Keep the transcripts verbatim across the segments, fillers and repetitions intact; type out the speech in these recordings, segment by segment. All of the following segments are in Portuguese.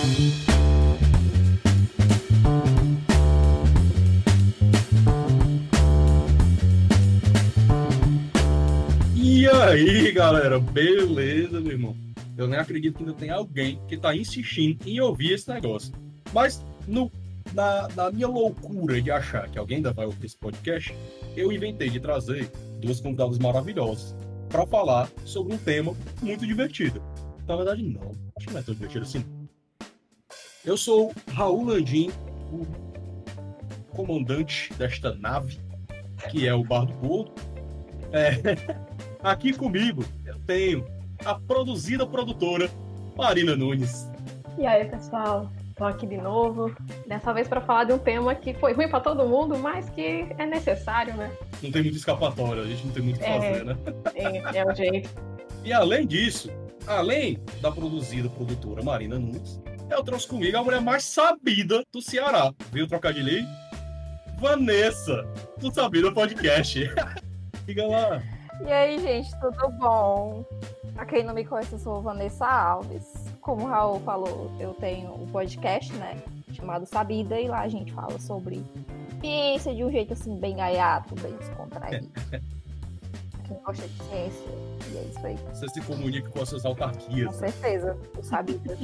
E aí, galera, beleza, meu irmão? Eu nem acredito que ainda tem alguém que tá insistindo em ouvir esse negócio. Mas, no, na, na minha loucura de achar que alguém ainda vai ouvir esse podcast, eu inventei de trazer duas convidadas maravilhosas para falar sobre um tema muito divertido. Na verdade, não. Acho que não é tão divertido assim. Eu sou Raul Landim, o comandante desta nave, que é o Bar do Gordo. É... Aqui comigo eu tenho a produzida produtora Marina Nunes. E aí, pessoal? Tô aqui de novo. Dessa vez para falar de um tema que foi ruim para todo mundo, mas que é necessário, né? Não tem muito escapatória, a gente não tem muito o que É, fazer, né? É, é o jeito. E além disso, além da produzida produtora Marina Nunes, eu trouxe comigo a mulher mais sabida do Ceará. Viu trocar de lei? Vanessa, do Sabida Podcast. Diga lá. E aí, gente, tudo bom? Pra quem não me conhece, eu sou Vanessa Alves. Como o Raul falou, eu tenho um podcast, né, chamado Sabida, e lá a gente fala sobre ciência de um jeito, assim, bem gaiato, bem descontraído. Quem gosta de ciência, e é isso aí. Você se comunica com essas autarquias. Com certeza, o Sabida.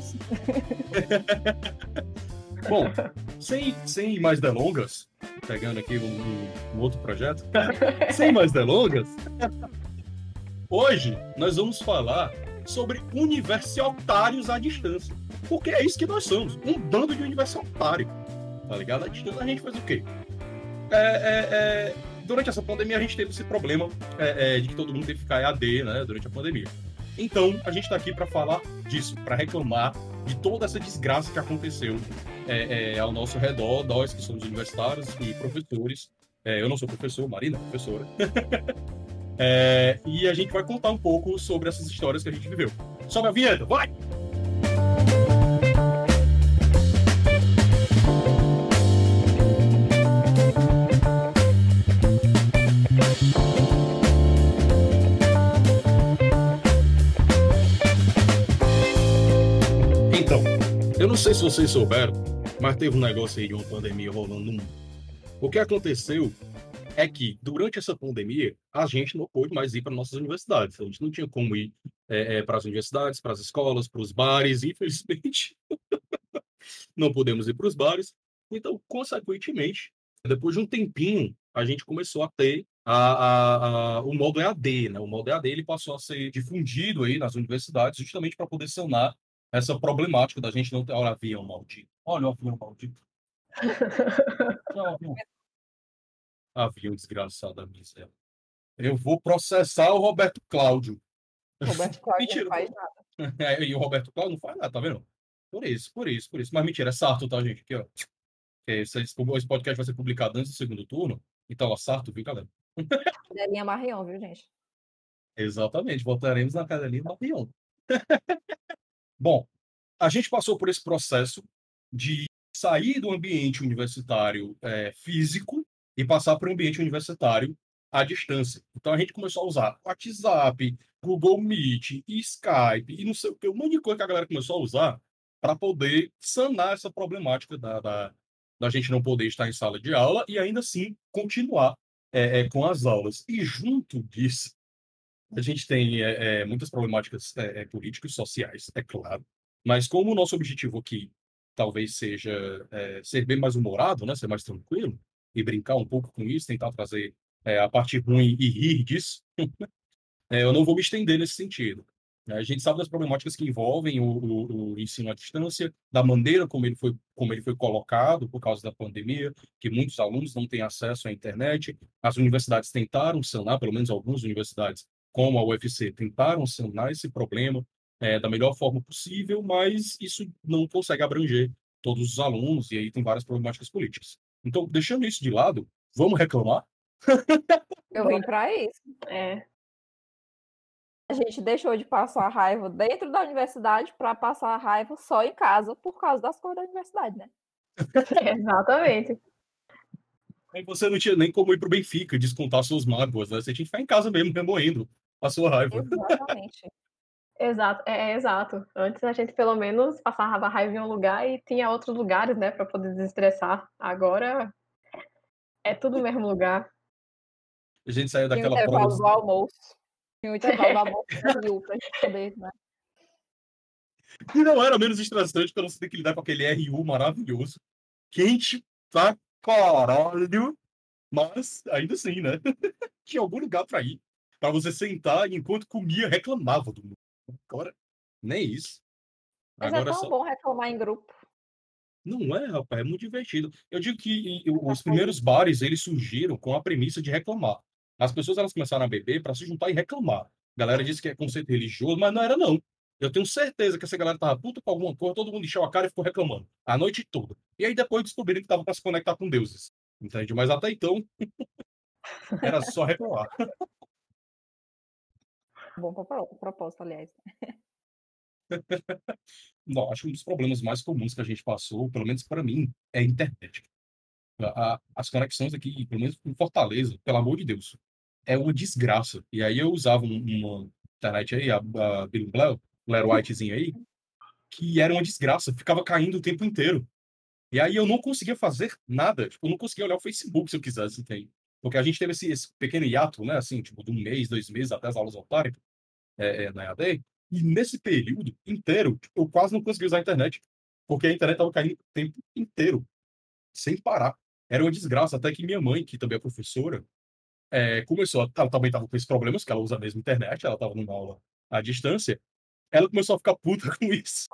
Bom, sem, sem mais delongas, pegando aqui um, um outro projeto, sem mais delongas, hoje nós vamos falar sobre universitários à distância. Porque é isso que nós somos, um bando de universitário, tá ligado? À distância a gente faz o quê? É, é, é, durante essa pandemia a gente teve esse problema é, é, de que todo mundo teve que ficar E A D, né, durante a pandemia. Então, a gente está aqui para falar disso, para reclamar de toda essa desgraça que aconteceu é, é, ao nosso redor, nós que somos universitários e professores. É, eu não sou professor, Marina é professora. é, e a gente vai contar um pouco sobre essas histórias que a gente viveu. Sobe a vinheta, vai! Eu não sei se vocês souberam, mas teve um negócio aí de uma pandemia rolando no mundo. O que aconteceu é que, durante essa pandemia, a gente não pôde mais ir para nossas universidades. A gente não tinha como ir é, é, para as universidades, para as escolas, para os bares. Infelizmente, não podemos ir para os bares. Então, consequentemente, depois de um tempinho, a gente começou a ter a, a, a, o modo E A D, né? O modo E A D ele passou a ser difundido aí nas universidades justamente para poder sanar essa problemática da gente não ter... Olha o avião maldito. Olha o avião maldito. Olha o avião. Avião desgraçado da miséria. Eu vou processar o Roberto Cláudio. Roberto Cláudio Mentira, não faz nada. É, e o Roberto Cláudio não faz nada, tá vendo? Por isso, por isso, por isso. Mas mentira, é Sarto, tá, gente? Aqui, ó. Esse, esse podcast vai ser publicado antes do segundo turno. Então, ó, Sarto, viu, galera? Cadelinha Marrion, viu, gente? Exatamente, votaremos na cadelinha do Marrion. Bom, a gente passou por esse processo de sair do ambiente universitário é, físico e passar para o ambiente universitário à distância. Então, a gente começou a usar WhatsApp, Google Meet, Skype e não sei o que, um monte de coisa que a galera começou a usar para poder sanar essa problemática da, da, da gente não poder estar em sala de aula e ainda assim continuar é, é, com as aulas. E junto disso, a gente tem é, é, muitas problemáticas é, é, políticas e sociais, é claro, mas como o nosso objetivo aqui talvez seja é, ser bem mais humorado, né, ser mais tranquilo, e brincar um pouco com isso, tentar trazer é, a parte ruim e rir disso, é, eu não vou me estender nesse sentido. A gente sabe das problemáticas que envolvem o, o, o ensino à distância, da maneira como ele foi, como ele foi colocado por causa da pandemia, que muitos alunos não têm acesso à internet. As universidades tentaram sanar, pelo menos algumas universidades, como a U F C, tentaram sanar esse problema é, da melhor forma possível, mas isso não consegue abranger todos os alunos, e aí tem várias problemáticas políticas. Então, deixando isso de lado, vamos reclamar? Eu vim pra isso. É. A gente deixou de passar raiva dentro da universidade para passar raiva só em casa por causa das coisas da universidade, né? Exatamente. Aí você não tinha nem como ir pro Benfica descontar suas mágoas, né? Você tinha que ficar em casa mesmo, remoendo a sua raiva. Exatamente. Exato, é, é exato. Antes a gente pelo menos passava raiva em um lugar e tinha outros lugares, né, para poder desestressar. Agora é tudo no mesmo lugar. A gente saiu Tinha o daquela prova intervalo dos... do almoço. Tinha o intervalo do almoço pra gente poder, né? E não era menos estressante quando você tem que lidar com aquele R U maravilhoso, quente pra caralho, mas ainda assim, né? Tinha algum lugar pra ir, pra você sentar e enquanto comia reclamava do mundo. Agora, nem isso. Mas é Agora é tão só... bom reclamar em grupo. Não é, rapaz, é muito divertido. Eu digo que e, os Tá primeiros bares, eles surgiram com a premissa de reclamar. As pessoas, elas começaram a beber para se juntar e reclamar. A galera disse que é conceito religioso, mas não era, não. Eu tenho certeza que essa galera tava puta com alguma coisa, todo mundo encheu a cara e ficou reclamando. A noite toda. E aí depois descobriram que tava para se conectar com deuses. Entende? Mas até então, era só reclamar. Bom propó- propósito, aliás. Não, acho que um dos problemas mais comuns que a gente passou, pelo menos para mim, é a internet. A- a- as conexões aqui, pelo menos em Fortaleza, pelo amor de Deus, é uma desgraça. E aí eu usava um- uma internet aí, a, a Bill Blair, Blair Whitezinha aí, que era uma desgraça, ficava caindo o tempo inteiro. E aí eu não conseguia fazer nada, tipo, eu não conseguia olhar o Facebook se eu quisesse, tem. Porque a gente teve esse, esse pequeno hiato, né, assim, tipo, de um mês, dois meses até as aulas voltarem, é, é, na E A D, e nesse período inteiro, tipo, eu quase não conseguia usar a internet, porque a internet estava caindo o tempo inteiro sem parar. Era uma desgraça, até que minha mãe, que também é professora, é, começou, a, ela também estava com esses problemas, que ela usa a mesma internet, ela estava numa aula à distância, ela começou a ficar puta com isso.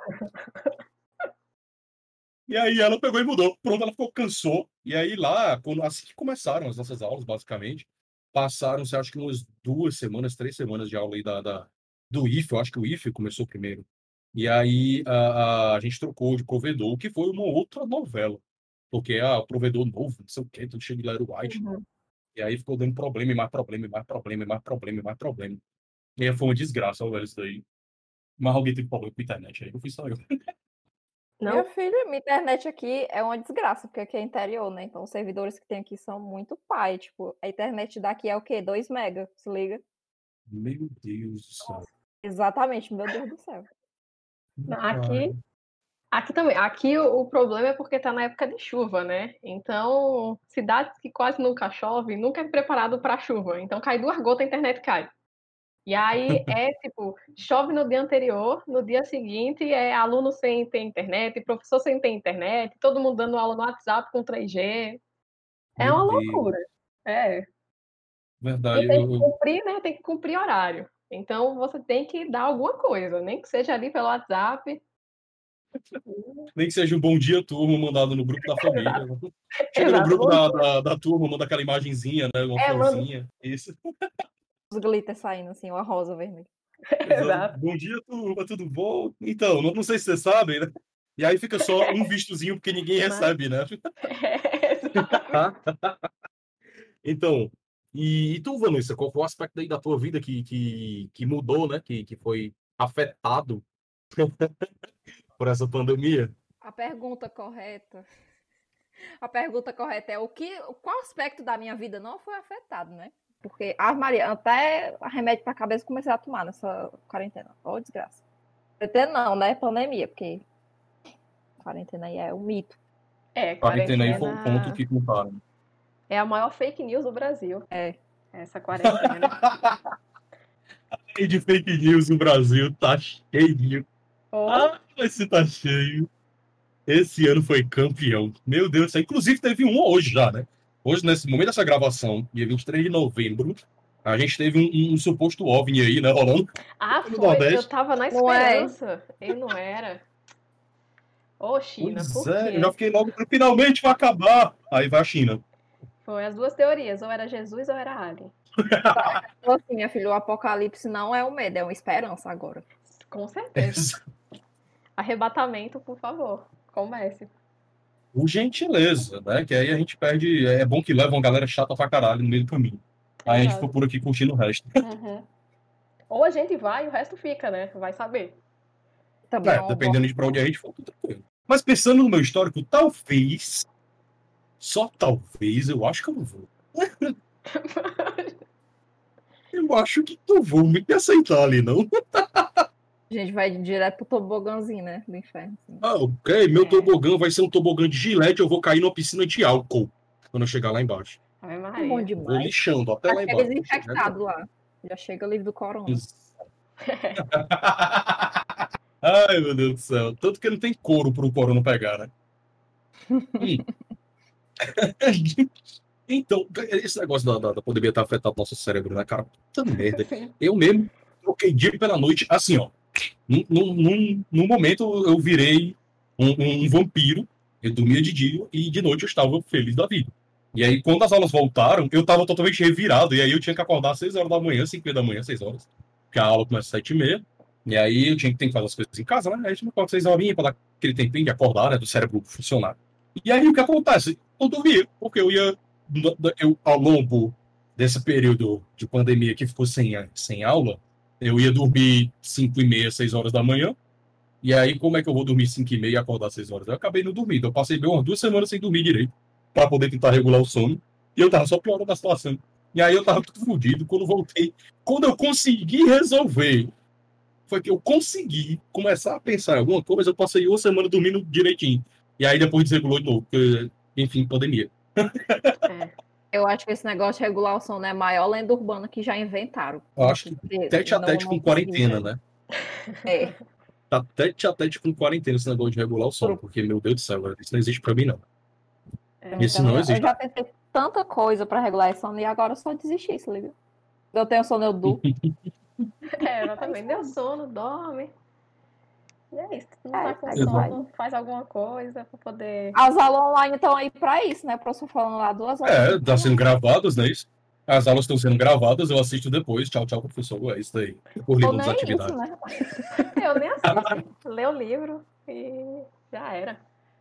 E aí ela pegou e mudou. Pronto, ela ficou, cansou. E aí lá, quando, assim que começaram as nossas aulas, basicamente, passaram-se, acho que umas duas semanas, três semanas de aula aí da, da, do I F E, eu acho que o I F E começou primeiro. E aí a, a, a gente trocou de provedor, o que foi uma outra novela. Porque ah, o provedor novo, não sei o quê, tudo cheio de Blair White. Uhum. E aí ficou dando problema, e mais problema, e mais problema, e mais problema, e mais problema. E aí foi uma desgraça, olha isso daí. Mas alguém teve problema com a internet aí, eu fui só eu. Minha Não, filha, minha internet aqui é uma desgraça, porque aqui é interior, né? Então os servidores que tem aqui são muito pai. Tipo, a internet daqui é o quê? dois mega, se liga? Meu Deus do céu. Exatamente, meu Deus do céu. aqui, aqui também. Aqui o, o problema é porque tá na época de chuva, né? Então, cidades que quase nunca chove, nunca é preparado para chuva. Então, cai duas gotas, a internet cai. E aí é tipo, chove no dia anterior, no dia seguinte é aluno sem ter internet, professor sem ter internet, todo mundo dando aula no WhatsApp com três G. É Meu uma Deus. loucura. É. E Verdade, tem eu, que eu- cumprir, né? Tem que cumprir horário. Então você tem que dar alguma coisa, nem que seja ali pelo WhatsApp. nem que seja um bom dia, turma, mandado no grupo da família. Exato, Chega no exato. grupo Bom da, dia. da, da turma, manda aquela imagenzinha, né? Uma É, manda. florzinha. Isso. Os glitters saindo assim, uma rosa vermelha. Exato. Exato. Bom dia, turma, tudo bom? Então, não, não sei se vocês sabem, né? E aí fica só um vistozinho porque ninguém Mas, recebe, né? é, exatamente. Então, e, e tu, Vanessa, qual foi o aspecto aí da tua vida que, que, que mudou, né? Que, que foi afetado por essa pandemia? A pergunta correta. A pergunta correta é o que, qual aspecto da minha vida não foi afetado, né? Porque, ah, Maria, até remédio pra cabeça comecei a tomar nessa quarentena. Ó, desgraça. Quarentena não, né? Pandemia, porque quarentena aí é um mito. É, Quarentena aí foi o ponto quarentena que contaram. é a maior fake news do Brasil. É. Essa quarentena. E de fake news no Brasil tá cheio. Ou Ah, esse tá cheio. Esse ano foi campeão. Meu Deus do céu. Inclusive, teve um hoje já, né? Hoje, nesse momento dessa gravação, dia vinte e três de novembro, a gente teve um, um suposto OVNI aí, né, rolando ah, no foi. Eu Nordeste. tava na Não é? esperança. E não era. Ô, China, Pois por é, eu já quê? fiquei logo, finalmente vai acabar. Aí vai a China. Foi as duas teorias. Ou era Jesus ou era Alien. Então, assim, minha filha, o apocalipse não é um medo, é uma esperança agora. Com certeza. Arrebatamento, por favor. Comece. Por gentileza, né? Que aí a gente perde. É bom que leva uma galera chata pra caralho no meio do caminho. Aí a gente ficou Exato. por aqui curtindo o resto. Uhum. Ou a gente vai e o resto fica, né? Vai saber. Também é É, uma boa. dependendo de pra onde a gente for, tudo tranquilo. Mas pensando no meu histórico, talvez, só talvez, eu acho que eu não vou. Eu acho que não vou me aceitar ali, não. A gente vai direto pro tobogãzinho, né? Do inferno. Assim. Ah, ok, meu É. tobogã vai ser um tobogã de gilete, eu vou cair numa piscina de álcool quando eu chegar lá embaixo. Ave É bom Maria. Vou demais. lixando até Já lá chega embaixo. desinfectado lá. Já chega livre do corona. Ai, meu Deus do céu. Tanto que não tem couro pro corona pegar, né? Hum. Então, esse negócio da, da, da pandemia tá afetando nosso cérebro, né, cara? Puta merda. Sim. Eu mesmo troquei dia pela noite, assim, ó. Num, num, num, num momento eu virei um, um, um vampiro. Eu dormia de dia e de noite eu estava feliz da vida. E aí, quando as aulas voltaram, eu estava totalmente revirado. E aí eu tinha que acordar às seis horas da manhã, cinco e meia da manhã, seis horas. Porque a aula começa às sete e meia. E aí eu tinha que, ter que fazer as coisas em casa, né? Aí a gente acorda seis horinhas para dar aquele tempinho de acordar, né? Do cérebro funcionar. E aí o que acontece? Eu dormia, porque eu ia, eu, ao longo desse período de pandemia que ficou sem, sem aula, eu ia dormir cinco e meia, seis horas da manhã. E aí, como é que eu vou dormir cinco e meia e acordar seis horas? Eu acabei não dormindo. Eu passei bem umas duas semanas sem dormir direito, para poder tentar regular o sono. E eu tava só piorando a situação. E aí eu tava tudo fodido. Quando voltei, quando eu consegui resolver, foi que eu consegui começar a pensar em alguma coisa, eu passei uma semana dormindo direitinho. E aí depois desregulou de novo, porque, enfim, pandemia. É. Eu acho que esse negócio de regular o sono é a maior lenda urbana que já inventaram. Eu acho que Porque tete a não- tete não com consegui quarentena, ver. né? É. Tá tete a tete com quarentena esse negócio de regular o sono, Pro- porque, meu Deus do céu, velho, isso não existe pra mim, não. É. Isso Então, não eu existe. já tentei tanta coisa pra regular esse sono e agora eu só desisti, se liga. Eu tenho sono, eu durmo. É, exatamente. Deu sono, dorme. E é isso. Se não É, tá com segue o sono, baile. faz alguma coisa pra poder. As aulas online estão aí pra isso, né? O professor falando lá duas horas. É, de tá sendo manhã. gravadas, né? Isso? As aulas estão sendo gravadas, eu assisto depois. Tchau, tchau, professor. É isso daí. Por Ou livro das nem isso, atividades. né? Eu nem assisto. Lê o livro e já era.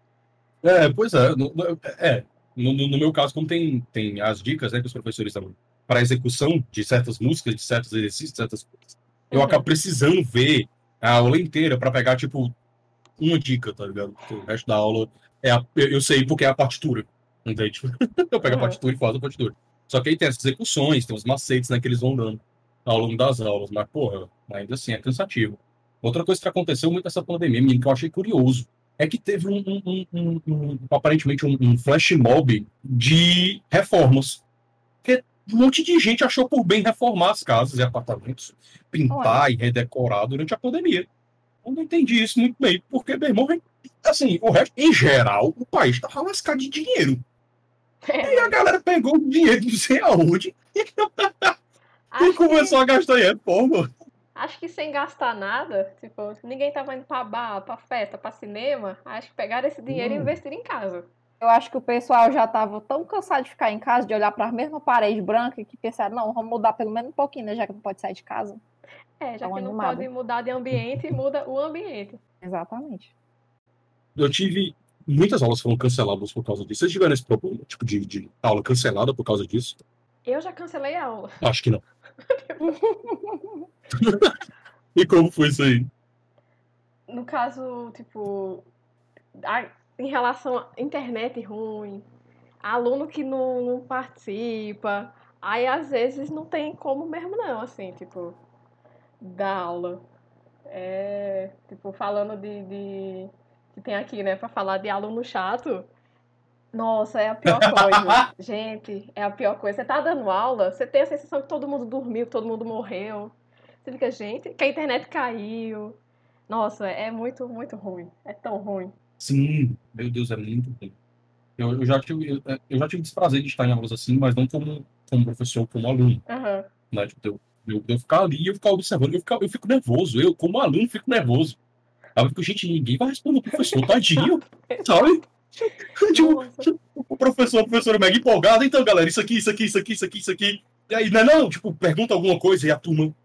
É, pois é. No, no- é. No, no- no meu caso, como tem, tem as dicas, né, que os professores dão para execução de certas músicas, de certos exercícios, de certas coisas, eu Uhum. acabo precisando ver a aula inteira para pegar, tipo, uma dica, tá ligado? Porque o resto da aula é a- eu, eu sei porque é a partitura. Entende? Eu pego a Uhum. partitura e faço a partitura. Só que aí tem as execuções, tem os macetes, né, que eles vão dando ao longo das aulas, mas, porra, ainda assim é cansativo. Outra coisa que aconteceu muito nessa pandemia, menino, que eu achei curioso, é que teve um, um- um- um- um- aparentemente um, um flash mob de reformas. Porque um monte de gente achou por bem reformar as casas e apartamentos, Ué. pintar e redecorar durante a pandemia. Eu não entendi isso muito bem, porque, meu irmão, assim, o resto, em geral, o país tava lascado de dinheiro. É, E a né? galera pegou o dinheiro não sei aonde e Acho começou que, a gastar em reforma. acho que sem gastar nada, tipo, se ninguém tava indo pra bar, pra festa, pra cinema, acho que pegaram esse dinheiro e Hum. investiram em casa. Eu acho que o pessoal já tava tão cansado de ficar em casa, de olhar para a mesma parede branca, que pensaram, não, vamos mudar pelo menos um pouquinho, né? Já que não pode sair de casa. É, já Dá uma que não animada. pode mudar de ambiente, muda o ambiente. Exatamente. Eu tive muitas aulas foram canceladas por causa disso. Vocês tiveram esse problema, tipo, de, de aula cancelada por causa disso? Eu já cancelei a aula. Acho que não. E como foi isso aí? No caso, tipo, a- em relação à internet ruim, aluno que não, não participa, aí às vezes não tem como mesmo não, assim, tipo, dar aula. É, tipo, falando de, de- que tem aqui, né, pra falar de aluno chato, nossa, é a pior coisa. Gente, é a pior coisa. Você tá dando aula, você tem a sensação que todo mundo dormiu, que todo mundo morreu. Você fica, gente, que a internet caiu. Nossa, é muito, muito ruim. É tão ruim. Sim, meu Deus, é muito ruim. Eu, eu já tive, eu, eu já tive desprazer de estar em aulas assim, mas não como, como professor, como aluno. Aham. Né? Tipo, eu, eu, eu ficar ali e eu ficar observando, eu, ficar, eu fico nervoso. Eu, como aluno, fico nervoso. Aí eu fico, gente, ninguém vai responder o professor, tadinho, sabe? Tipo, Nossa. o professor, a professora mega empolgada, então, galera, isso aqui, isso aqui, isso aqui, isso aqui, isso aqui. E aí, não é não, tipo, pergunta alguma coisa e a turma.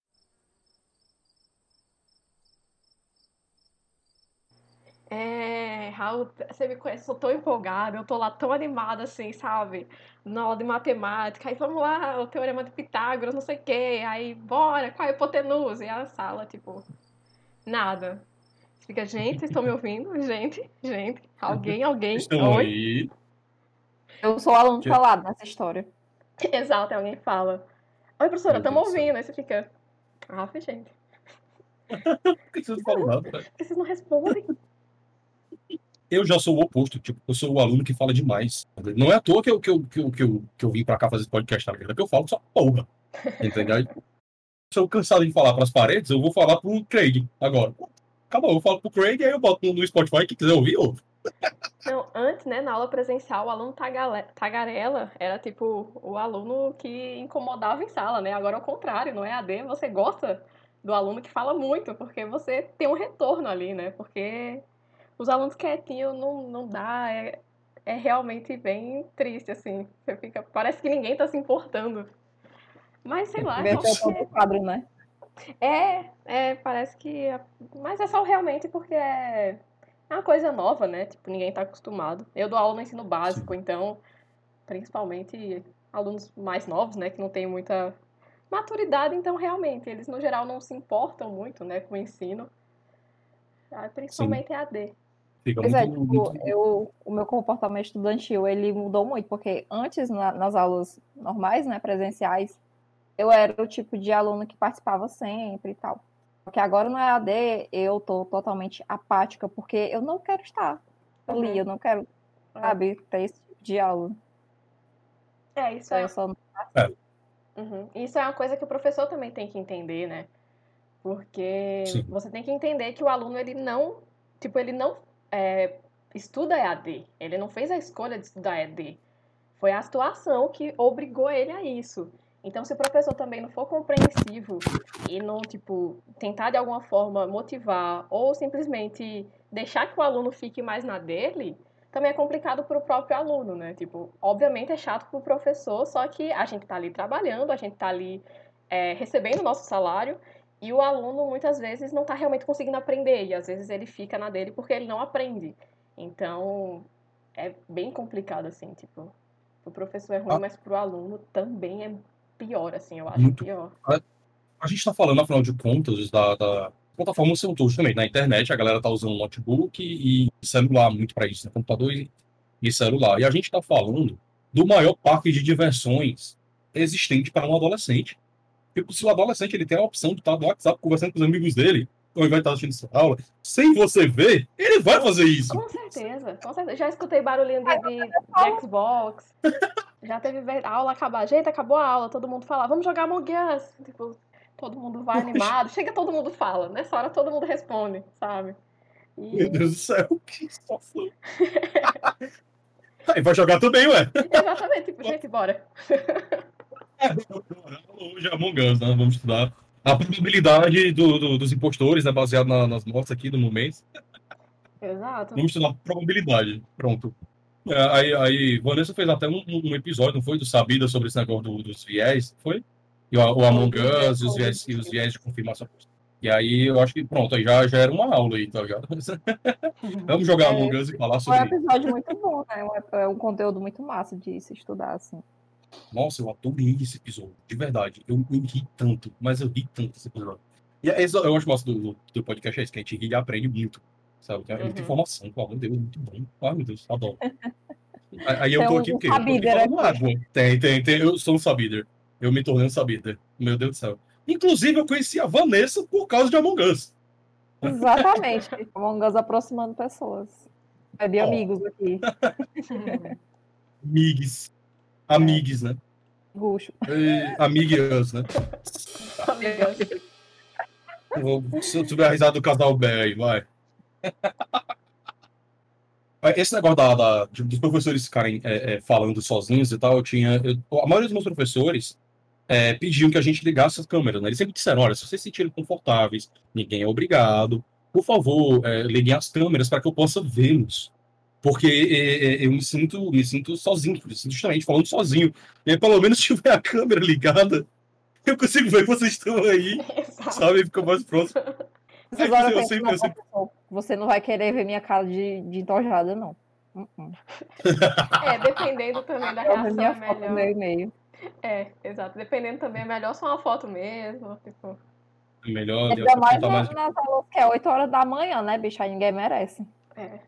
É, Raul, você me conhece, eu sou tão empolgada, eu tô lá tão animada assim, sabe? Na aula de matemática, aí vamos lá, o teorema de Pitágoras, não sei o quê, aí bora, qual é a hipotenusa? E a sala, tipo, nada. Você fica, gente, vocês estão me ouvindo? Gente, gente, alguém, alguém, Estão oi? aí. Eu sou o aluno Já- calado nessa história. Exato, aí alguém fala, oi, professora, Meu estamos Deus do céu. ouvindo. Aí você fica, ah, gente. Por que vocês não falam nada, velho? Por que vocês não respondem? Eu já sou o oposto, tipo, eu sou o aluno que fala demais. Não é à toa que eu, que eu, que eu, que eu, que eu vim pra cá fazer esse podcast, tá ligado? É que eu falo só porra. Entendeu? Se eu cansado de falar pras paredes, eu vou falar pro Craig agora. Acabou, eu falo pro Craig, aí eu boto no Spotify, quem quiser ouvir, ouve. Não, antes, né, na aula presencial, o aluno tagale- tagarela era tipo o aluno que incomodava em sala, né? Agora é o contrário, no E A D você gosta do aluno que fala muito, porque você tem um retorno ali, né? Porque os alunos quietinhos não, não dá, é, é realmente bem triste, assim. Você fica, parece que ninguém tá se importando. Mas sei lá, é só Inverter o porque... próprio quadro, né? É, é, parece que... é- Mas é só realmente porque é... É uma coisa nova, né? Tipo, ninguém tá acostumado. Eu dou aula no ensino básico, então, principalmente alunos mais novos, né? Que não têm muita maturidade, então, realmente, eles, no geral, não se importam muito, né? Com o ensino. Ah, Sim, principalmente E A D. fica Pois muito, é, tipo, muito... eu, o meu comportamento estudantil, ele mudou muito, porque antes, na- nas aulas normais, né, presenciais, eu era o tipo de aluno que participava sempre e tal. Porque agora no E A D eu tô totalmente apática, porque eu não quero estar ali, Uhum. eu não quero, É. sabe, ter esse tipo de aula. É, isso Então, é... eu só Uhum. Isso é uma coisa que o professor também tem que entender, né? Porque Sim, você tem que entender que o aluno, ele não, tipo, ele não é, estuda E A D. Ele não fez a escolha de estudar E A D. Foi a situação que obrigou ele a isso. Então, se o professor também não for compreensivo e não, tipo, tentar de alguma forma motivar ou simplesmente deixar que o aluno fique mais na dele, também é complicado para o próprio aluno, né? Tipo, obviamente é chato para o professor, só que a gente tá ali trabalhando, a gente tá ali é, recebendo o nosso salário e o aluno muitas vezes não tá realmente conseguindo aprender e às vezes ele fica na dele porque ele não aprende. Então, é bem complicado, assim, tipo, o professor é ruim, ah, mas pro aluno também é pior, assim, eu acho muito. pior. A, a gente tá falando, afinal de contas, da, da plataforma são todos também. Na internet, a galera tá usando notebook e celular muito para isso, né? Computador e, e celular. E a gente tá falando do maior parque de diversões existente para um adolescente. Tipo, se o adolescente ele tem a opção de estar no WhatsApp conversando com os amigos dele, ou ele vai estar assistindo sua aula, sem você ver, ele vai fazer isso. Com certeza, com certeza. Já escutei barulhinho de, de, de Xbox. Já teve ve- a aula acabar. Gente, acabou a aula, todo mundo fala, vamos jogar Among Us. Tipo, todo mundo vai animado. Chega, todo mundo fala. Nessa hora todo mundo responde, sabe? Meu E... Deus do céu, que situação. Aí vai jogar também, ué. Exatamente, tipo, gente, bora. Hoje é Among Us, né? Vamos estudar a probabilidade do, do- dos impostores, né? Baseado na- nas mortes aqui do momento. Exato. Vamos estudar probabilidade. Pronto. É, aí, aí, Vanessa fez até um, um episódio, não foi? Do Sabida sobre esse negócio do- dos viés, foi? E o, o Among Us e os viés, e os viés de confirmação. E aí, eu acho que, pronto, aí já, já era uma aula aí, tá ligado? Vamos jogar É, Among Us e falar foi um sobre. episódio muito bom, né? Um- É um conteúdo muito massa de se estudar, assim. Nossa, eu adorei esse episódio, de verdade. Eu, eu ri tanto, mas eu ri tanto esse episódio. E é isso, eu acho massa do, do, do podcast, é isso, que a gente ri e aprende muito, sabe? Tem muita Uhum. informação, pelo amor de Deus, muito bom. Ai, meu Deus, adoro. Aí aí eu Tem tô um aqui o quê? Eu tô aqui Sabider falando aqui. água. Tem, tem, tem. Eu sou um Sabider. Eu me tornei um Sabider. Meu Deus do céu. Inclusive, eu conheci a Vanessa por causa de Among Us. Exatamente. Among Us aproximando pessoas. É de Ó. amigos aqui. Amigues. Amigues, né? Guxo. E, amigues, né? Amigas. Vou subir a risada do casal B aí, vai. Esse negócio da, da- de- dos professores ficarem é, é, falando sozinhos e tal, eu tinha. eu- a maioria dos meus professores é, pediam que a gente ligasse as câmeras, né? Eles sempre disseram: olha, se vocês se sentirem confortáveis, ninguém é obrigado, por favor, é, liguem as câmeras para que eu possa vê-los. Porque é, é, eu me sinto, me sinto sozinho, me sinto justamente falando sozinho. E aí, pelo menos, se tiver a câmera ligada, eu consigo ver que vocês estão aí, Exato. sabe? Fica mais próximo. Essas É, horas eu eu sempre- penso, eu sempre- "Não, você não vai querer ver minha cara de, de entojada, não. Uh-uh. É, dependendo também da Eu ver reação minha é foto no meu melhor. e-mail. É, exato. Dependendo também é melhor só uma foto mesmo. Tipo, É melhor, Ainda mais tá na- mais. nas aulas que é oito horas da manhã, né, bicho? Aí ninguém merece. é.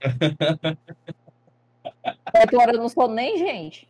oito horas eu não sou nem gente.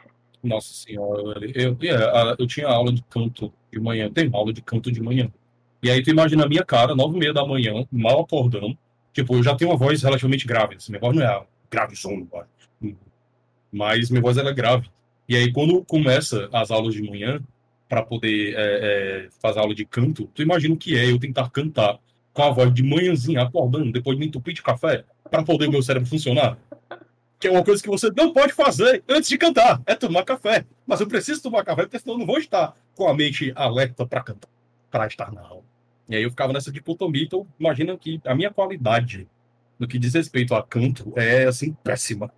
Nossa senhora, velho. eu, eu, eu tinha aula de canto de manhã, tem aula de canto de manhã. E aí tu imagina a minha cara, nove e meia da manhã, mal acordando. Tipo, eu já tenho uma voz relativamente grave. Assim, minha voz não é grave sono, mas minha voz ela é grave. E aí quando começa as aulas de manhã, para poder é, é, fazer aula de canto, tu imagina o que é eu tentar cantar com a voz de manhãzinha, acordando, depois de me entupir de café, para poder o meu cérebro funcionar. Que é uma coisa que você não pode fazer antes de cantar, é tomar café. Mas eu preciso tomar café, porque senão eu não vou estar com a mente alerta para cantar, para estar na aula. E aí eu ficava nessa dicotomia, então imagina que a minha qualidade no que diz respeito a canto é, assim, péssima.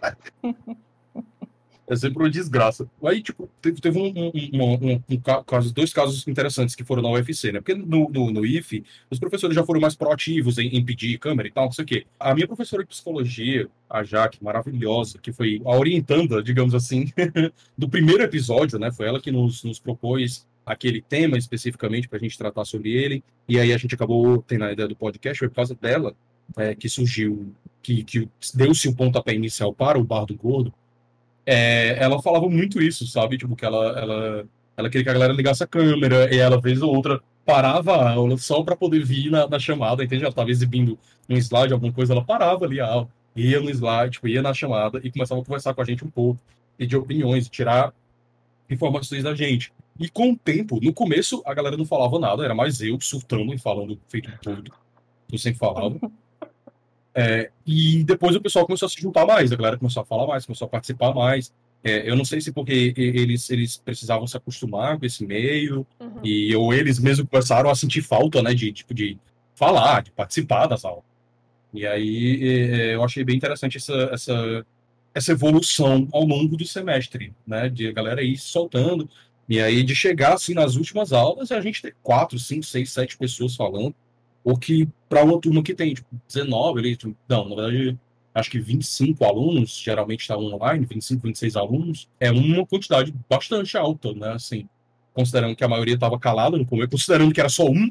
É sempre uma desgraça. Aí, tipo, teve, teve um, um, um, um, um caso, dois casos interessantes que foram na U F C, né? Porque no, no, no I F, os professores já foram mais proativos em, em pedir câmera e tal, não sei o quê. A minha professora de psicologia, a Jaque, maravilhosa, que foi a orientanda, digamos assim, do primeiro episódio, né? Foi ela que nos, nos propôs aquele tema especificamente para a gente tratar sobre ele. E aí a gente acabou tendo a ideia do podcast, foi por causa dela é, que surgiu, que, que deu-se o pontapé inicial para o Bar do Gordo. É, ela falava muito isso, sabe? Tipo, que ela, ela, ela queria que a galera ligasse a câmera, e ela, vez ou outra, parava a aula só para poder vir na, na chamada, entende? Ela estava exibindo um slide, alguma coisa, ela parava ali a aula, ia no slide, tipo, ia na chamada e começava a conversar com a gente um pouco, pedir opiniões, tirar informações da gente. E com o tempo, no começo, a galera não falava nada, era mais eu surtando e falando feito tudo, eu sempre falava. É, e depois o pessoal começou a se juntar mais, a galera começou a falar mais, começou a participar mais. É, eu não sei se porque eles, eles precisavam se acostumar com esse meio, Uhum. e ou eles mesmos começaram a sentir falta, né, de, tipo, de falar, de participar das aulas. E aí é, eu achei bem interessante essa, essa, essa evolução ao longo do semestre, né, de a galera ir se soltando, e aí de chegar, assim, nas últimas aulas, a gente ter quatro, cinco, seis, sete pessoas falando, o que, para uma turma que tem tipo, dezenove, ali, tipo, não, na verdade, acho que vinte e cinco alunos, geralmente está online, vinte e cinco, vinte e seis alunos, é uma quantidade bastante alta, né? Assim, considerando que a maioria estava calada no começo, considerando que era só um,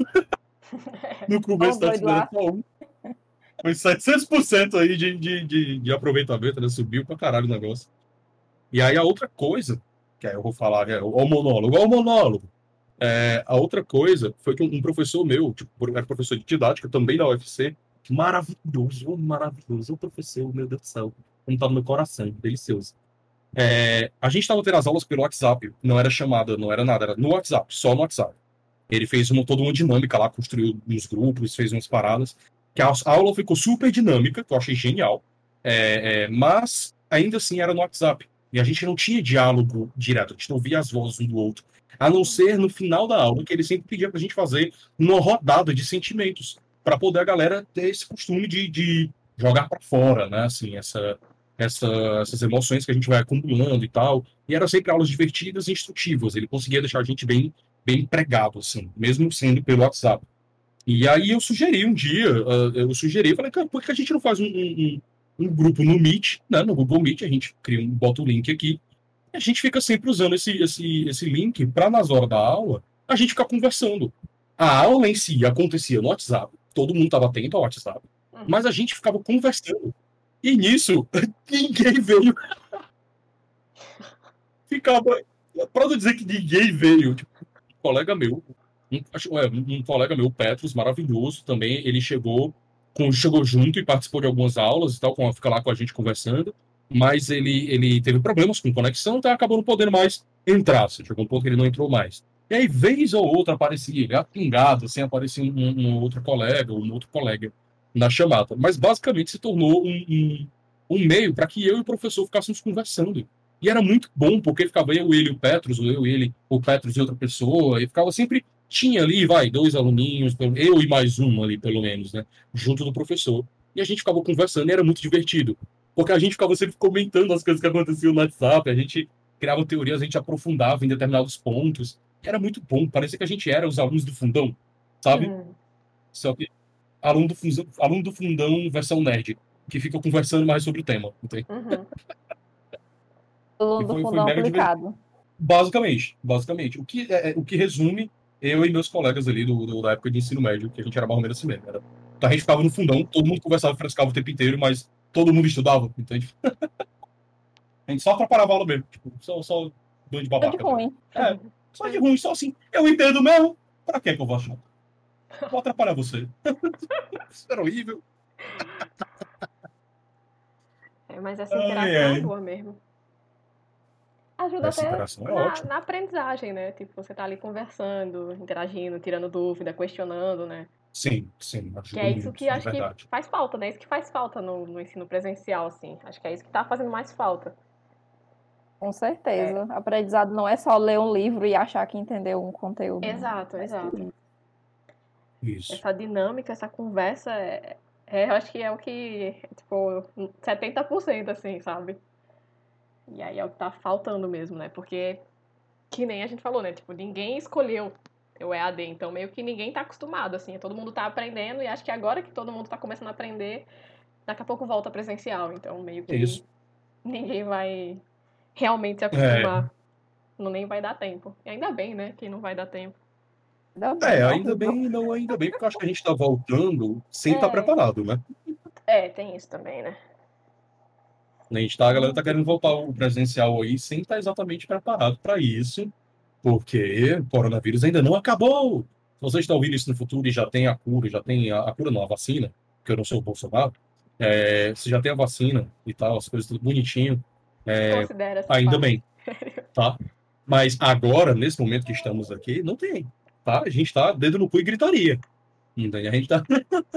no começo da doido era lá. só um. Foi setecentos por cento aí de, de, de, de aproveitamento, né? Subiu pra caralho o negócio. E aí a outra coisa, que aí eu vou falar, é o o monólogo, o monólogo. É, a outra coisa foi que um professor meu, tipo, era professor de didática, também da U F C, maravilhoso, maravilhoso, o professor, meu Deus do céu, como tá no meu coração, delicioso. É, a gente estava tendo as aulas pelo WhatsApp, não era chamada, não era nada, era no WhatsApp, só no WhatsApp. Ele fez uma, toda uma dinâmica lá, construiu uns grupos, fez umas paradas, que a, a aula ficou super dinâmica, que eu achei genial, é, é, mas ainda assim era no WhatsApp. E a gente não tinha diálogo direto, a gente não via as vozes um do outro. A não ser no final da aula, que ele sempre pedia pra gente fazer uma rodada de sentimentos, para poder a galera ter esse costume de, de jogar para fora, né? Assim, essa, essa, essas emoções que a gente vai acumulando e tal. E eram sempre aulas divertidas e instrutivas. Ele conseguia deixar a gente bem, bem empregado, assim, mesmo sendo pelo WhatsApp. E aí eu sugeri um dia, uh, eu sugeri, falei, cara, por que a gente não faz um, um, um grupo no Meet, né? No Google Meet, a gente cria um, bota o link aqui, e a gente fica sempre usando esse, esse, esse link para, nas horas da aula, a gente ficar conversando. A aula em si acontecia no WhatsApp, todo mundo estava atento ao WhatsApp, Uhum. mas a gente ficava conversando. E nisso, ninguém veio. Ficava. Para não dizer que ninguém veio, tipo, um colega meu, um, acho- é, um colega meu, o Petros, maravilhoso também, ele chegou, com, chegou junto e participou de algumas aulas e tal, com, fica lá com a gente conversando, mas ele, ele teve problemas com conexão, então acabou não podendo mais entrar, assim, chegou um ponto que ele não entrou mais. E aí, vez ou outra, aparecia, gato pingado, assim, aparecia um, um outro colega, um outro colega na chamada. Mas basicamente se tornou um, um, um meio para que eu e o professor ficássemos conversando. E era muito bom, porque ficava eu, ele e o Petros, ou eu, ele, o Petros e outra pessoa, e ficava sempre. Tinha ali, vai, dois aluninhos, eu e mais um ali, pelo menos, né? Junto do professor. E a gente ficava conversando e era muito divertido. Porque a gente ficava sempre comentando as coisas que aconteciam no WhatsApp, a gente criava teorias, a gente aprofundava em determinados pontos. E era muito bom, parecia que a gente era os alunos do fundão, sabe? Uhum. Só que aluno do fundão, aluno do fundão versão nerd, que fica conversando mais sobre o tema, entende? Uhum. Todo E mundo foi, foi fundão mega divertido. aplicado. Basicamente, basicamente. O que, é, é- o que resume eu e meus colegas ali do, do- da época de ensino médio, que a gente era mais ou menos assim mesmo. Era, então a gente ficava no fundão, todo mundo conversava, frescava o tempo inteiro, mas todo mundo estudava, entende? A gente só atrapalhava a aula mesmo, tipo, só, só doido de Tudo de babaca mesmo. ruim. É, só de ruim, só assim. Eu entendo mesmo, Pra que que eu vou achar? Vou atrapalhar você. Isso era horrível. É, mas essa Ai, interação é ai. boa mesmo. Ajuda Essa até interação é na, ótima. na aprendizagem, né? Tipo, você tá ali conversando, interagindo, tirando dúvida, questionando, né? Sim, sim, Que ajuda é isso muito, que de acho que verdade. faz falta, né? Isso que faz falta no, no ensino presencial, assim. Acho que é isso que tá fazendo mais falta. Com É, certeza. Aprendizado não é só ler um livro e achar que entendeu um conteúdo. exato, Mas que exato. Isso. Essa dinâmica, essa conversa, é, é, eu acho que é o que, tipo, setenta por cento, assim, sabe? E aí é o que tá faltando mesmo, né? Porque, que nem a gente falou, né? Tipo, ninguém escolheu o E A D, então meio que ninguém tá acostumado, assim. Todo mundo tá aprendendo e acho que agora que todo mundo tá começando a aprender, daqui a pouco volta presencial. Então meio que Isso. ninguém vai realmente se É, acostumar. Não nem vai dar tempo. E ainda bem, né? Que não vai dar tempo. ainda é, bem, é ainda horrível. bem, não ainda bem, porque eu acho que a gente tá voltando sem estar É, preparado, né? é, tem isso também, né? A gente tá, a galera tá querendo voltar o presencial aí sem estar exatamente preparado para isso, porque o coronavírus ainda não acabou. Se você está ouvindo isso no futuro e já tem a cura, já tem a, a cura não, a vacina, que eu não sou o Bolsonaro, é, se já tem a vacina e tal, as coisas tudo bonitinho, é, Desconsidera essa ainda parte. bem, tá? Mas agora, nesse momento que estamos aqui, não tem, tá? A gente tá dedo no cu e gritaria. Entende? A gente tá...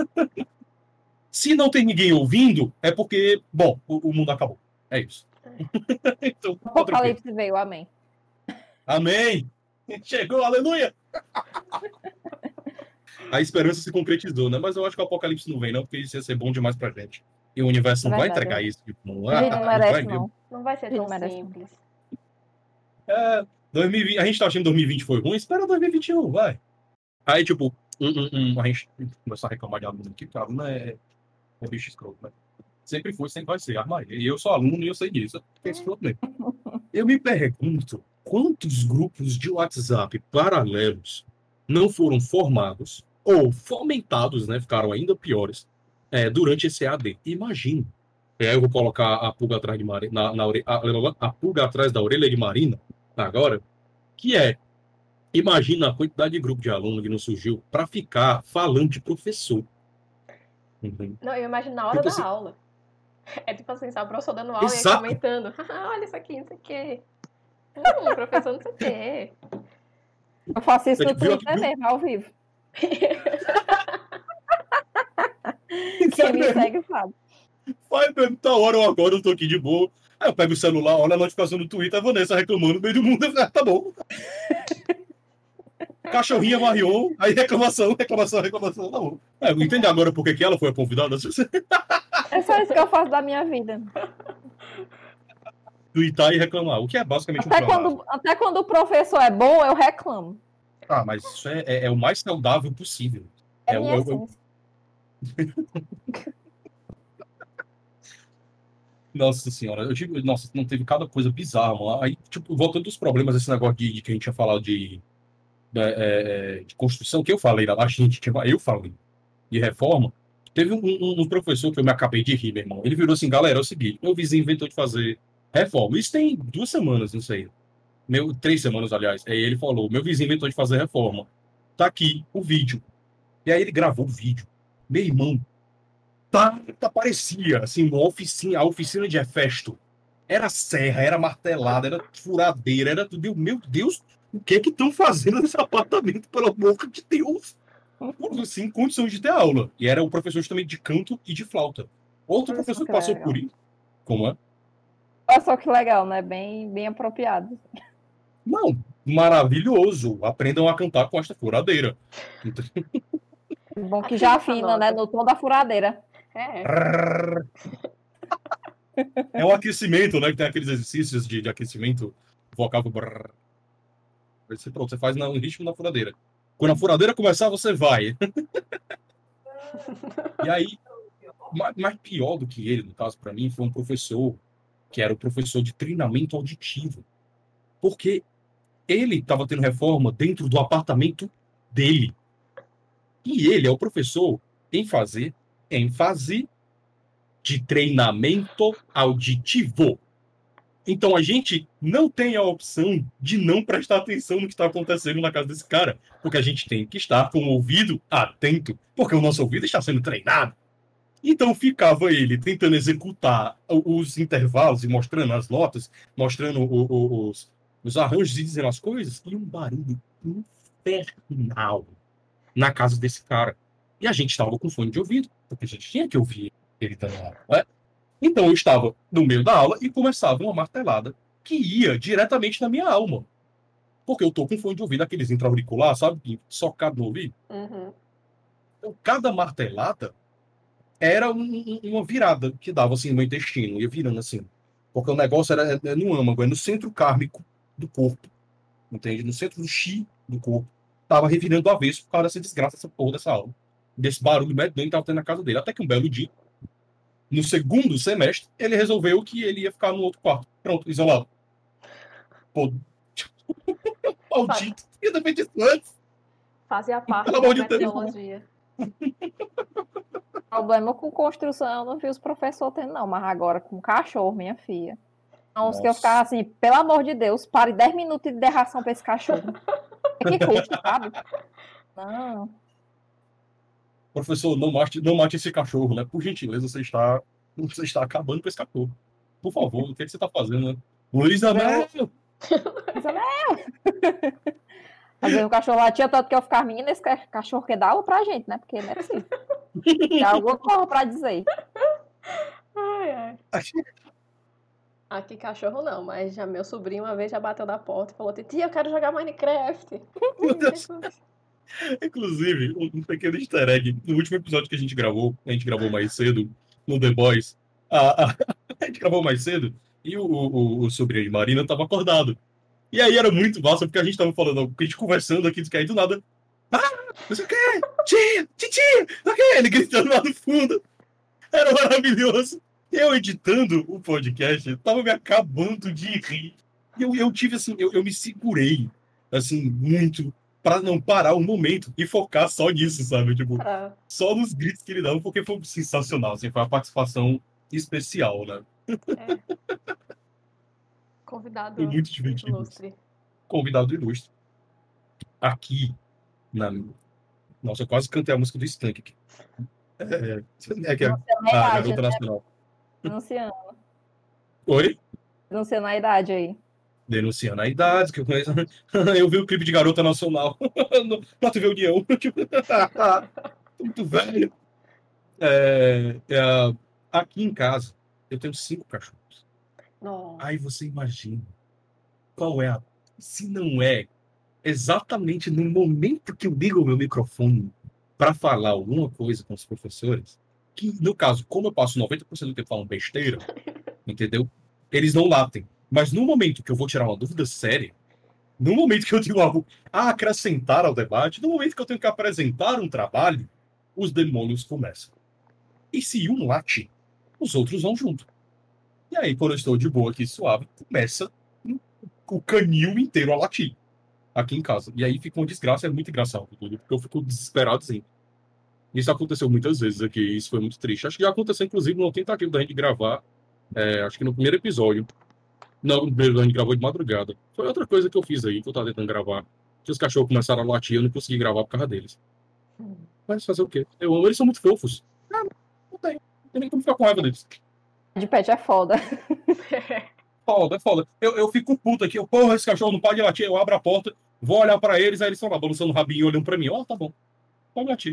Se não tem ninguém ouvindo, é porque, bom, o, o mundo acabou. É isso. Então, tá tranquilo. Apocalipse veio, amém. Amém! Chegou, aleluia! A esperança se concretizou, né? Mas eu acho que o apocalipse não vem, não, porque isso ia ser bom demais pra gente. E o universo É não vai verdade. entregar isso. Tipo, não, A gente não ah, não vai merece, mesmo. não. Não vai ser A gente tão não merece, não. simples. É, dois mil e vinte, a gente tá achando que dois mil e vinte foi ruim, espera dois mil e vinte e um, vai. Aí, tipo, um, um, um, a gente começar a reclamar de aluno aqui, porque aluno é, é bicho escroto, né? Sempre foi, sempre vai ser, armaria. E eu sou aluno e eu sei disso. É escroto mesmo. Eu me pergunto quantos grupos de WhatsApp paralelos não foram formados ou fomentados, né? Ficaram ainda piores é, durante esse E A D. Imagina. E aí eu vou colocar a pulga atrás de Mari, na, na ore, a, a pulga atrás da orelha de Marina agora, que é, imagina a quantidade de grupo de aluno que não surgiu para ficar falando de professor. Uhum. Não, eu imagino na hora Tipo da assim, aula. É tipo assim, sabe, o professor dando aula e aí exato. comentando. Ah, olha isso aqui, não sei o quê. Hum, professor não sei o quê. Eu faço isso É no tipo, viu, Twitter viu, mesmo, ao vivo. vai Quem me mesmo, segue sabe. vai mesmo, tá hora ou agora, eu tô aqui de boa. Aí eu pego o celular, olho a notificação do Twitter, a Vanessa reclamando no meio do mundo. Ah, tá bom. Cachorrinha Marion, aí reclamação, reclamação, reclamação, tá bom. É, entende agora por que que ela foi a convidada? É só isso que eu faço da minha vida. Tweetar e reclamar, o que é basicamente um Até pleonasmo. quando, até quando o professor é bom, eu reclamo. Ah, mas isso é, é, é o mais saudável possível. É, É, o- minha é, o- essência. Nossa senhora, eu digo, nossa, não teve cada coisa bizarra, mano. Aí, tipo, voltando dos problemas, esse negócio de, de que a gente tinha falado de, de, é, de construção, que eu falei, a gente, tinha- eu falei, de reforma, teve um, um, um professor que eu me acabei de rir, meu irmão. Ele virou assim, galera, é o seguinte, meu vizinho inventou de fazer reforma. Isso tem duas semanas, não sei. Meu, três semanas, aliás. Aí ele falou, meu vizinho inventou de fazer reforma. Tá aqui o vídeo. E aí ele gravou o vídeo. Meu irmão, tá, tá parecia, assim, uma oficina, a oficina de Hefesto. Era serra, era martelada, era furadeira, era tudo. Eu, meu Deus, o que é que estão fazendo nesse apartamento, pelo amor de Deus? Sem condições de ter aula. E era o professor também de canto e de flauta. Outro Olha só professor que que passou por legal. isso. Como é? Olha só que legal, né? Bem, bem apropriado. Não, maravilhoso. Aprendam a cantar com esta furadeira. Então, Bom que Ativa já essa afina, né? nota. No tom da furadeira. É. é o aquecimento, né? Que tem aqueles exercícios de, de aquecimento vocal. Brrr. Você, pronto, você faz no ritmo da furadeira. Quando a furadeira começar, você vai. E aí, mais, mais pior do que ele, no caso, para mim, foi um professor que era o professor de treinamento auditivo. Porque ele estava tendo reforma dentro do apartamento dele. E ele é o professor em fazer ênfase de treinamento auditivo. Então a gente não tem a opção de não prestar atenção no que está acontecendo na casa desse cara, porque a gente tem que estar com o ouvido atento, porque o nosso ouvido está sendo treinado. Então ficava ele tentando executar os intervalos e mostrando as notas, mostrando o, o, os, os arranjos e dizendo as coisas, e um barulho infernal na casa desse cara. E a gente estava com fone de ouvido, porque a gente tinha que ouvir ele dando aula, né? Então eu estava no meio da aula e começava uma martelada que ia diretamente na minha alma. Porque eu tô com fone de ouvido, aqueles intra-auricular, sabe? Socado no ouvido. Uhum. Então, cada martelada era um, um, uma virada que dava assim no meu intestino, ia virando assim. Porque o negócio era, era no âmago, é no centro kármico do corpo. Entende? No centro do chi do corpo. Tava revirando do avesso por causa dessa desgraça, dessa porra dessa aula. Desse barulho medonho que tava tendo na casa dele. Até que um belo dia, no segundo semestre, ele resolveu que ele ia ficar no outro quarto. Pronto, isolado. Pô, maldito. Ia ter feito isso antes. Fazia parte Pelo da amor de Deus. metodologia. Problema com construção, eu não vi os professores tendo, não, mas agora com cachorro, minha filha. Então, os que eu Nossa. ficava assim, pelo amor de Deus, pare dez minutos de derração pra esse cachorro. É que custa, sabe? Não. Professor, não mate, não mate esse cachorro, né? Por gentileza, você está, você está acabando com esse cachorro. Por favor, o que, é que você está fazendo, né? Luísa Mel! Isso é meu. Às vezes o cachorro latia tanto que eu ficava, menina, esse cachorro quer dar aula pra gente, né? Porque não é possível. Tem alguma coisa pra dizer. Ai, ai. Aqui cachorro não, mas já meu sobrinho uma vez já bateu na porta e falou: Tia, eu quero jogar Minecraft. Meu Deus. Inclusive, um pequeno easter egg. No último episódio que a gente gravou, a gente gravou mais cedo, no The Boys, a, a, a gente gravou mais cedo e o, o, o sobrinho de Marina estava acordado. E aí era muito massa, porque a gente tava falando, a gente conversando aqui, que aí do nada. Ah, não sei o quê! Tia! Titia! Não sei o quê! Ele gritando lá no fundo. Era maravilhoso. Eu editando o podcast, tava me acabando de rir. E eu, eu tive assim, eu, eu me segurei, assim, muito, pra não parar um momento e focar só nisso, sabe? Tipo, Ah, só nos gritos que ele dava, porque foi sensacional, assim, foi uma participação especial, né? é. Convidado Foi muito divertido. ilustre. Convidado ilustre. Aqui, na. Nossa, eu quase cantei a música do Skank aqui. É, é que é a Garota Nacional. Denunciando. Oi? Denunciando a idade aí. Denunciando a idade, que eu conheço. Eu vi o clipe de Garota Nacional no- na T V União. Tipo, tô muito velho. É, é, aqui em casa, eu tenho cinco cachorros. Nossa. Aí você imagina qual é a. Se não é exatamente no momento que eu ligo o meu microfone para falar alguma coisa com os professores, que, no caso, como eu passo noventa por cento do tempo falando besteira, entendeu? Eles não latem. Mas no momento que eu vou tirar uma dúvida séria, no momento que eu tenho algo a acrescentar ao debate, no momento que eu tenho que apresentar um trabalho, os demônios começam. E se um late, os outros vão junto. E aí, quando eu estou de boa aqui, suave, começa o canil inteiro a latir aqui em casa. E aí fica uma desgraça, é muito engraçado, porque eu fico desesperado, assim. Isso aconteceu muitas vezes aqui, e isso foi muito triste. Acho que já aconteceu, inclusive, numa tentativa da gente gravar, é, acho que no primeiro episódio. Não, no primeiro a gente gravou de madrugada. Foi outra coisa que eu fiz aí, que eu tava tentando gravar. Que os cachorros começaram a latir, eu não consegui gravar por causa deles. Mas fazer o quê? Eu amo, eles são muito fofos. Ah, não tem. Não tem nem como ficar com raiva deles. De pet é foda. Foda, é foda. Eu, eu fico puto aqui, eu, porra, esse cachorro não pode latir, eu abro a porta, vou olhar pra eles, aí eles estão lá balançando o rabinho, olhando pra mim. Ó, oh, tá bom, pode latir.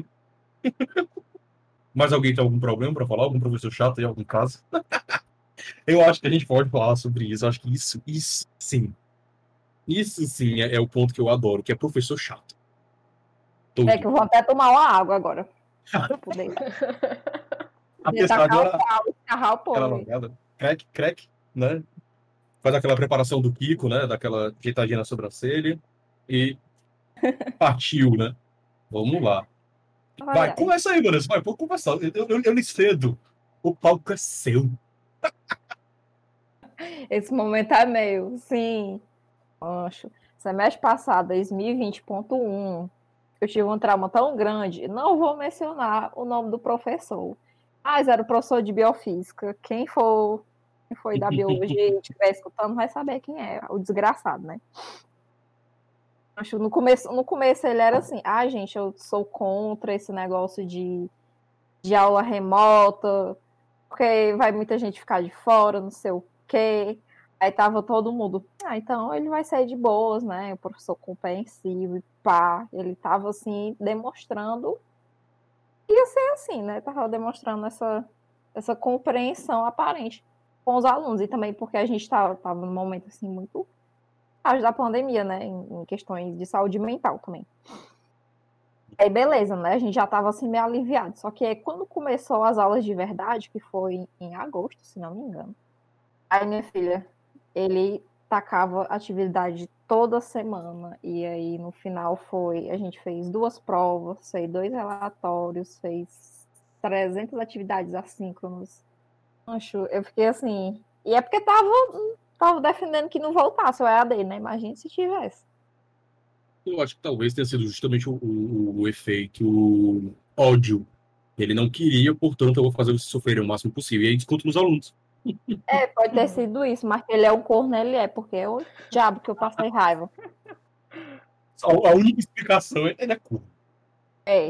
Mas alguém tem algum problema pra falar? Algum professor chato em algum caso? Eu acho que a gente pode falar sobre isso. Eu acho que isso, isso sim. Isso sim é, é o ponto que eu adoro, que é professor chato. Todo. É que eu vou até tomar uma água agora. Pra poder. Apesar de ela, Escarrar o aquela povo. logada, crack, crack, né? Faz aquela preparação do Kiko, né? Daquela ajeitadinha na sobrancelha. E partiu, né? Vamos lá. Vai, Ai, ai. começa aí, Vanessa. Vai, pode conversar. Eu, eu, eu lhe cedo. O palco é seu. Esse momento é meu, sim. Ancho. Semestre passado, dois mil e vinte ponto um, eu tive um trauma tão grande, não vou mencionar o nome do professor, mas era o professor de biofísica. Quem for Quem foi da biologia e estiver escutando vai saber quem é, o desgraçado, né? Acho no começo, no começo ele era assim, ah, gente, eu sou contra esse negócio de, de aula remota, porque vai muita gente ficar de fora, não sei o quê. Aí tava todo mundo, ah, então ele vai sair de boas, né? O professor compreensivo e pá. Ele tava assim, demonstrando ia ser assim, né? Tava demonstrando essa, essa compreensão aparente com os alunos. E também porque a gente tava, tava num momento assim muito auge da pandemia, né? Em, em questões de saúde mental também. Aí beleza, né? A gente já tava assim meio aliviado. Só que aí, quando começou as aulas de verdade, que foi em agosto, se não me engano. Aí, minha filha, ele tacava atividade toda semana. E aí, no final, foi. A gente fez duas provas, fez dois relatórios, fez trezentas atividades assíncronas. Acho, eu fiquei assim. E é porque tava, tava defendendo que não voltasse o E A D, né? Imagina se tivesse. Eu acho que talvez tenha sido justamente o, o, o efeito o ódio. Ele não queria, portanto, eu vou fazer você sofrer o máximo possível. E aí desconto nos alunos. É, pode ter sido isso, mas ele é um corno, ele é, porque é o diabo que eu passei raiva. A, a única explicação é ele é curto. É.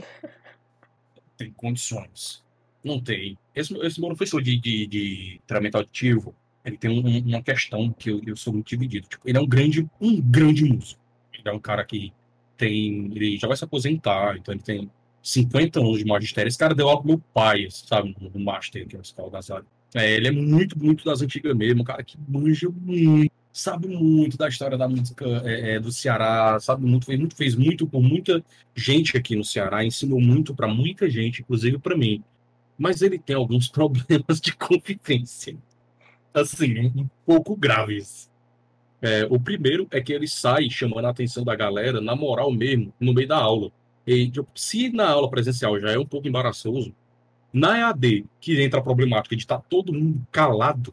Tem condições. Não tem. Esse, esse meu professor de, de, de treinamento auditivo, ele tem um- uma questão que eu, eu sou muito dividido. Tipo, ele é um grande, um grande músico. Ele é um cara que tem. Ele já vai se aposentar, então ele tem cinquenta anos de magistério. Esse cara deu aula pro meu pai, sabe, no, no Master, que é o Escola das Artes. É, ele é muito, muito das antigas mesmo, um cara que manja muito, sabe muito da história da música é, é, do Ceará, sabe muito, fez muito, fez muito por muita gente aqui no Ceará, ensinou muito para muita gente, inclusive para mim. Mas ele tem alguns problemas de convivência, assim, um pouco graves. É, o primeiro é que ele sai chamando a atenção da galera, na moral mesmo, no meio da aula. E, tipo, se na aula presencial já é um pouco embaraçoso, na E A D, que entra a problemática de estar todo mundo calado,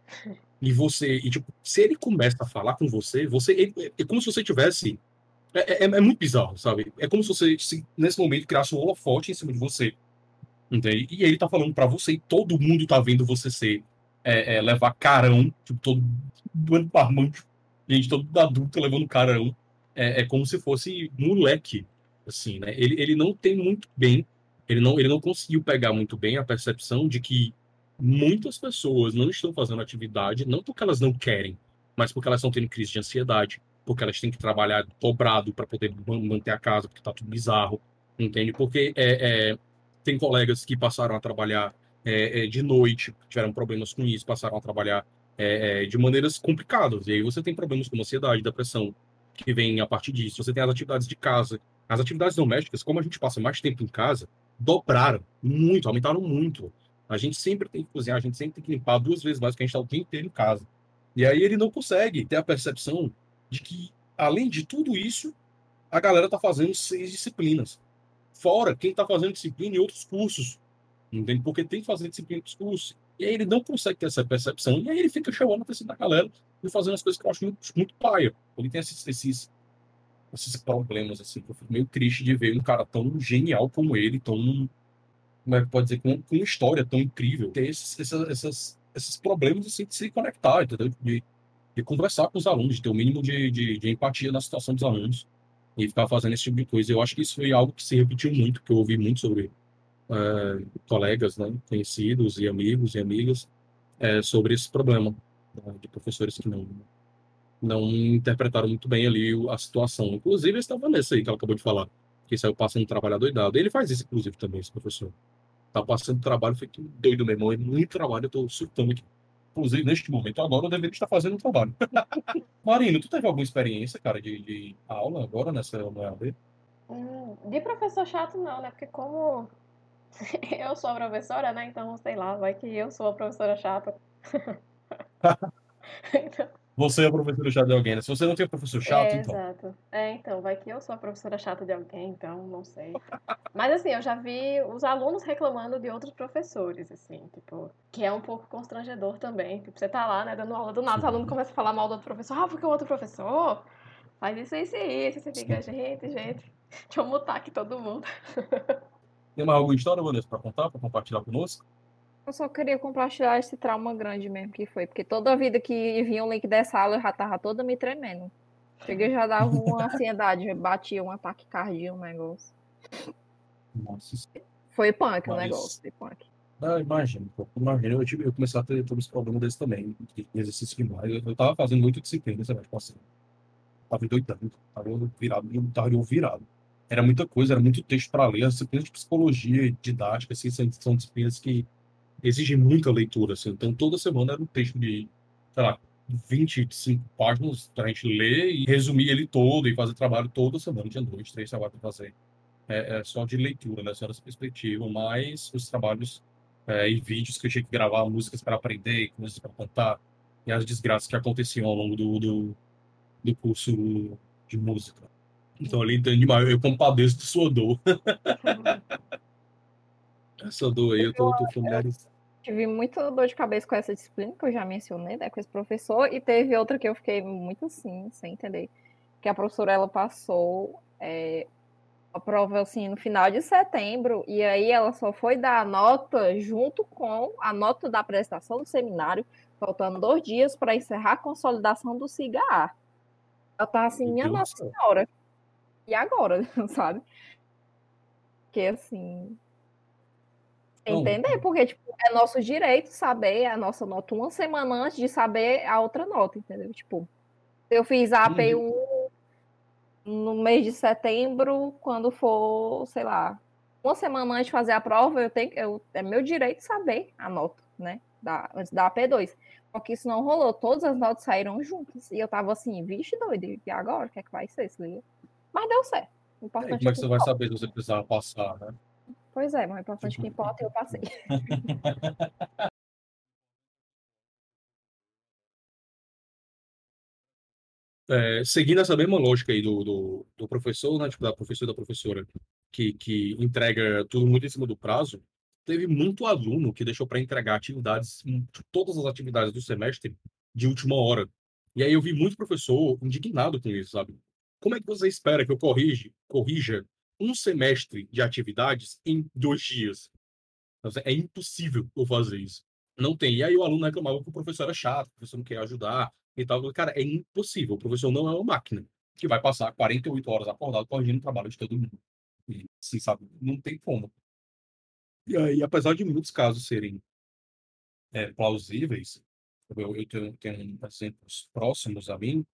e você, e tipo, se ele começa a falar com você, você é, é como se você tivesse. É, é, é muito bizarro, sabe? É como se você, se, nesse momento, criasse um holofote em cima de você. Entende? E ele tá falando pra você e todo mundo tá vendo você ser. É, é, levar carão, tipo, todo mundo parmante, gente, todo adulto levando carão. É, é como se fosse moleque, assim, né? Ele, ele não tem muito bem, ele não, ele não conseguiu pegar muito bem a percepção de que muitas pessoas não estão fazendo atividade, não porque elas não querem, mas porque elas estão tendo crise de ansiedade, porque elas têm que trabalhar dobrado para poder man- manter a casa, porque tá tudo bizarro, entende? Porque é, é, tem colegas que passaram a trabalhar é, é, de noite, tiveram problemas com isso, passaram a trabalhar é, é, de maneiras complicadas. E aí você tem problemas como ansiedade, depressão, que vem a partir disso. Você tem as atividades de casa. As atividades domésticas, como a gente passa mais tempo em casa, dobraram muito, aumentaram muito. A gente sempre tem que cozinhar, a gente sempre tem que limpar duas vezes mais, porque a gente está o dia inteiro em casa. E aí ele não consegue ter a percepção de que, além de tudo isso, a galera está fazendo seis disciplinas. Fora quem está fazendo disciplina em outros cursos. Entende? Porque tem que fazer disciplina em outros cursos. E aí ele não consegue ter essa percepção. E aí ele fica chamando a atenção da galera e fazendo as coisas que eu acho muito, muito paia. Ele tem esses, esses, esses problemas, assim, que eu fico meio triste de ver um cara tão genial como ele, tão, como é que pode dizer, com, com uma história tão incrível, ter esses, essas, essas, esses problemas, assim, de se conectar, entendeu? De, de conversar com os alunos, de ter o mínimo de, de, de empatia na situação dos alunos e ficar fazendo esse tipo de coisa. Eu acho que isso foi algo que se repetiu muito, que eu ouvi muito sobre é, colegas, né, conhecidos e amigos e amigas, é, sobre esse problema, né, de professores que não, não interpretaram muito bem ali o- a situação. Inclusive, esse da Vanessa aí, que ela acabou de falar, que saiu passando trabalho doidado. Ele faz isso, inclusive, também, esse professor. Tá passando trabalho, feito doido, meu irmão. É muito trabalho, eu tô surtando aqui. Inclusive, neste momento, agora eu deveria estar fazendo um trabalho. Marino, tu teve alguma experiência, cara, de, de aula agora nessa no E A D? Hum, de professor chato não, né? Porque como eu sou a professora, né? Então, sei lá, vai que eu sou a professora chata. Então, Você é professor chato de alguém, né? Se você não tem professor chato, é, então. exato. É, então, vai que eu sou a professora chata de alguém, então, não sei. Mas assim, eu já vi os alunos reclamando de outros professores, assim, tipo, que é um pouco constrangedor também. Tipo, você tá lá, né, dando aula do nada, os alunos Sim, começam a falar mal do outro professor. Ah, porque o outro professor faz isso, isso e isso. Você fica, sim. gente, gente, deixa eu mutar aqui todo mundo. Tem mais alguma história, Vanessa, para contar, para compartilhar conosco? Eu só queria compartilhar esse trauma grande mesmo que foi, porque toda vida que vinha o link dessa aula eu já tava toda me tremendo. Cheguei já dava uma ansiedade, batia um ataque cardíaco, um negócio. Nossa, Foi punk o mas... negócio, foi punk. Ah, imagino, pô. Imagina, eu, tive, eu comecei a ter todos os problemas desse também, de exercício demais. Eu, eu tava fazendo muito disciplina, sabe? Tipo assim, tava endoidando, tava virado, eu tava eu virado. Era muita coisa, era muito texto para ler. As disciplinas de psicologia e didática, assim, são, são disciplinas que exigem muita leitura, assim. Então, toda semana era um texto de, sei lá, vinte e cinco páginas pra gente ler e resumir ele todo e fazer trabalho toda semana. Tinha dois, três trabalhos pra fazer. É, é só de leitura, né? Só dessa perspectiva, mas os trabalhos é, e vídeos que eu tinha que gravar, músicas para aprender, coisas para cantar, e as desgraças que aconteciam ao longo do, do, do curso de música. Então, ele entende demais. Eu compadeço de sua dor. Essa dor aí, eu tô, tô familiarizado. Tive muita dor de cabeça com essa disciplina que eu já mencionei, né, com esse professor, e teve outra que eu fiquei muito assim, sem entender, que a professora, ela passou é, a prova, assim, no final de setembro, e aí ela só foi dar a nota junto com a nota da apresentação do seminário, faltando dois dias para encerrar a consolidação do cigarro. Ela tá assim, Meu minha Deus do Nossa céu. Senhora, e agora, sabe? Porque, assim, Não, entender, porque tipo, é nosso direito saber a nossa nota uma semana antes de saber a outra nota, entendeu? Tipo, eu fiz a uhum. A P um no mês de setembro, quando for, sei lá, uma semana antes de fazer a prova, eu tenho, eu, é meu direito saber a nota, né? Da, antes da A P dois. Só que isso não rolou, todas as notas saíram juntas. E eu tava assim, vixe, doido, e agora? O que é que vai ser? Se liga? Mas deu certo. O E aí, importante como é é que que você vai importa. saber se você precisar passar, né? Pois é, mas o importante é que Tipo, importa e eu passei. é, seguindo essa mesma lógica aí do, do, do professor, né, tipo, da professora e da professora, que, que entrega tudo muito em cima do prazo, teve muito aluno que deixou para entregar atividades, hum, tipo, todas as atividades do semestre, de última hora. E aí eu vi muito professor indignado com isso, sabe? Como é que você espera que eu corrige, corrija um semestre de atividades em dois dias? Então, é impossível eu fazer isso. Não tem. E aí o aluno reclamava que o professor era chato, o professor não quer ajudar e tal. Cara, é impossível. O professor não é uma máquina que vai passar quarenta e oito horas acordado corrigindo o trabalho de todo mundo. E, assim, sabe? Não tem como. E aí, apesar de muitos casos serem é, plausíveis, eu, eu tenho, tenho exemplos próximos a mim,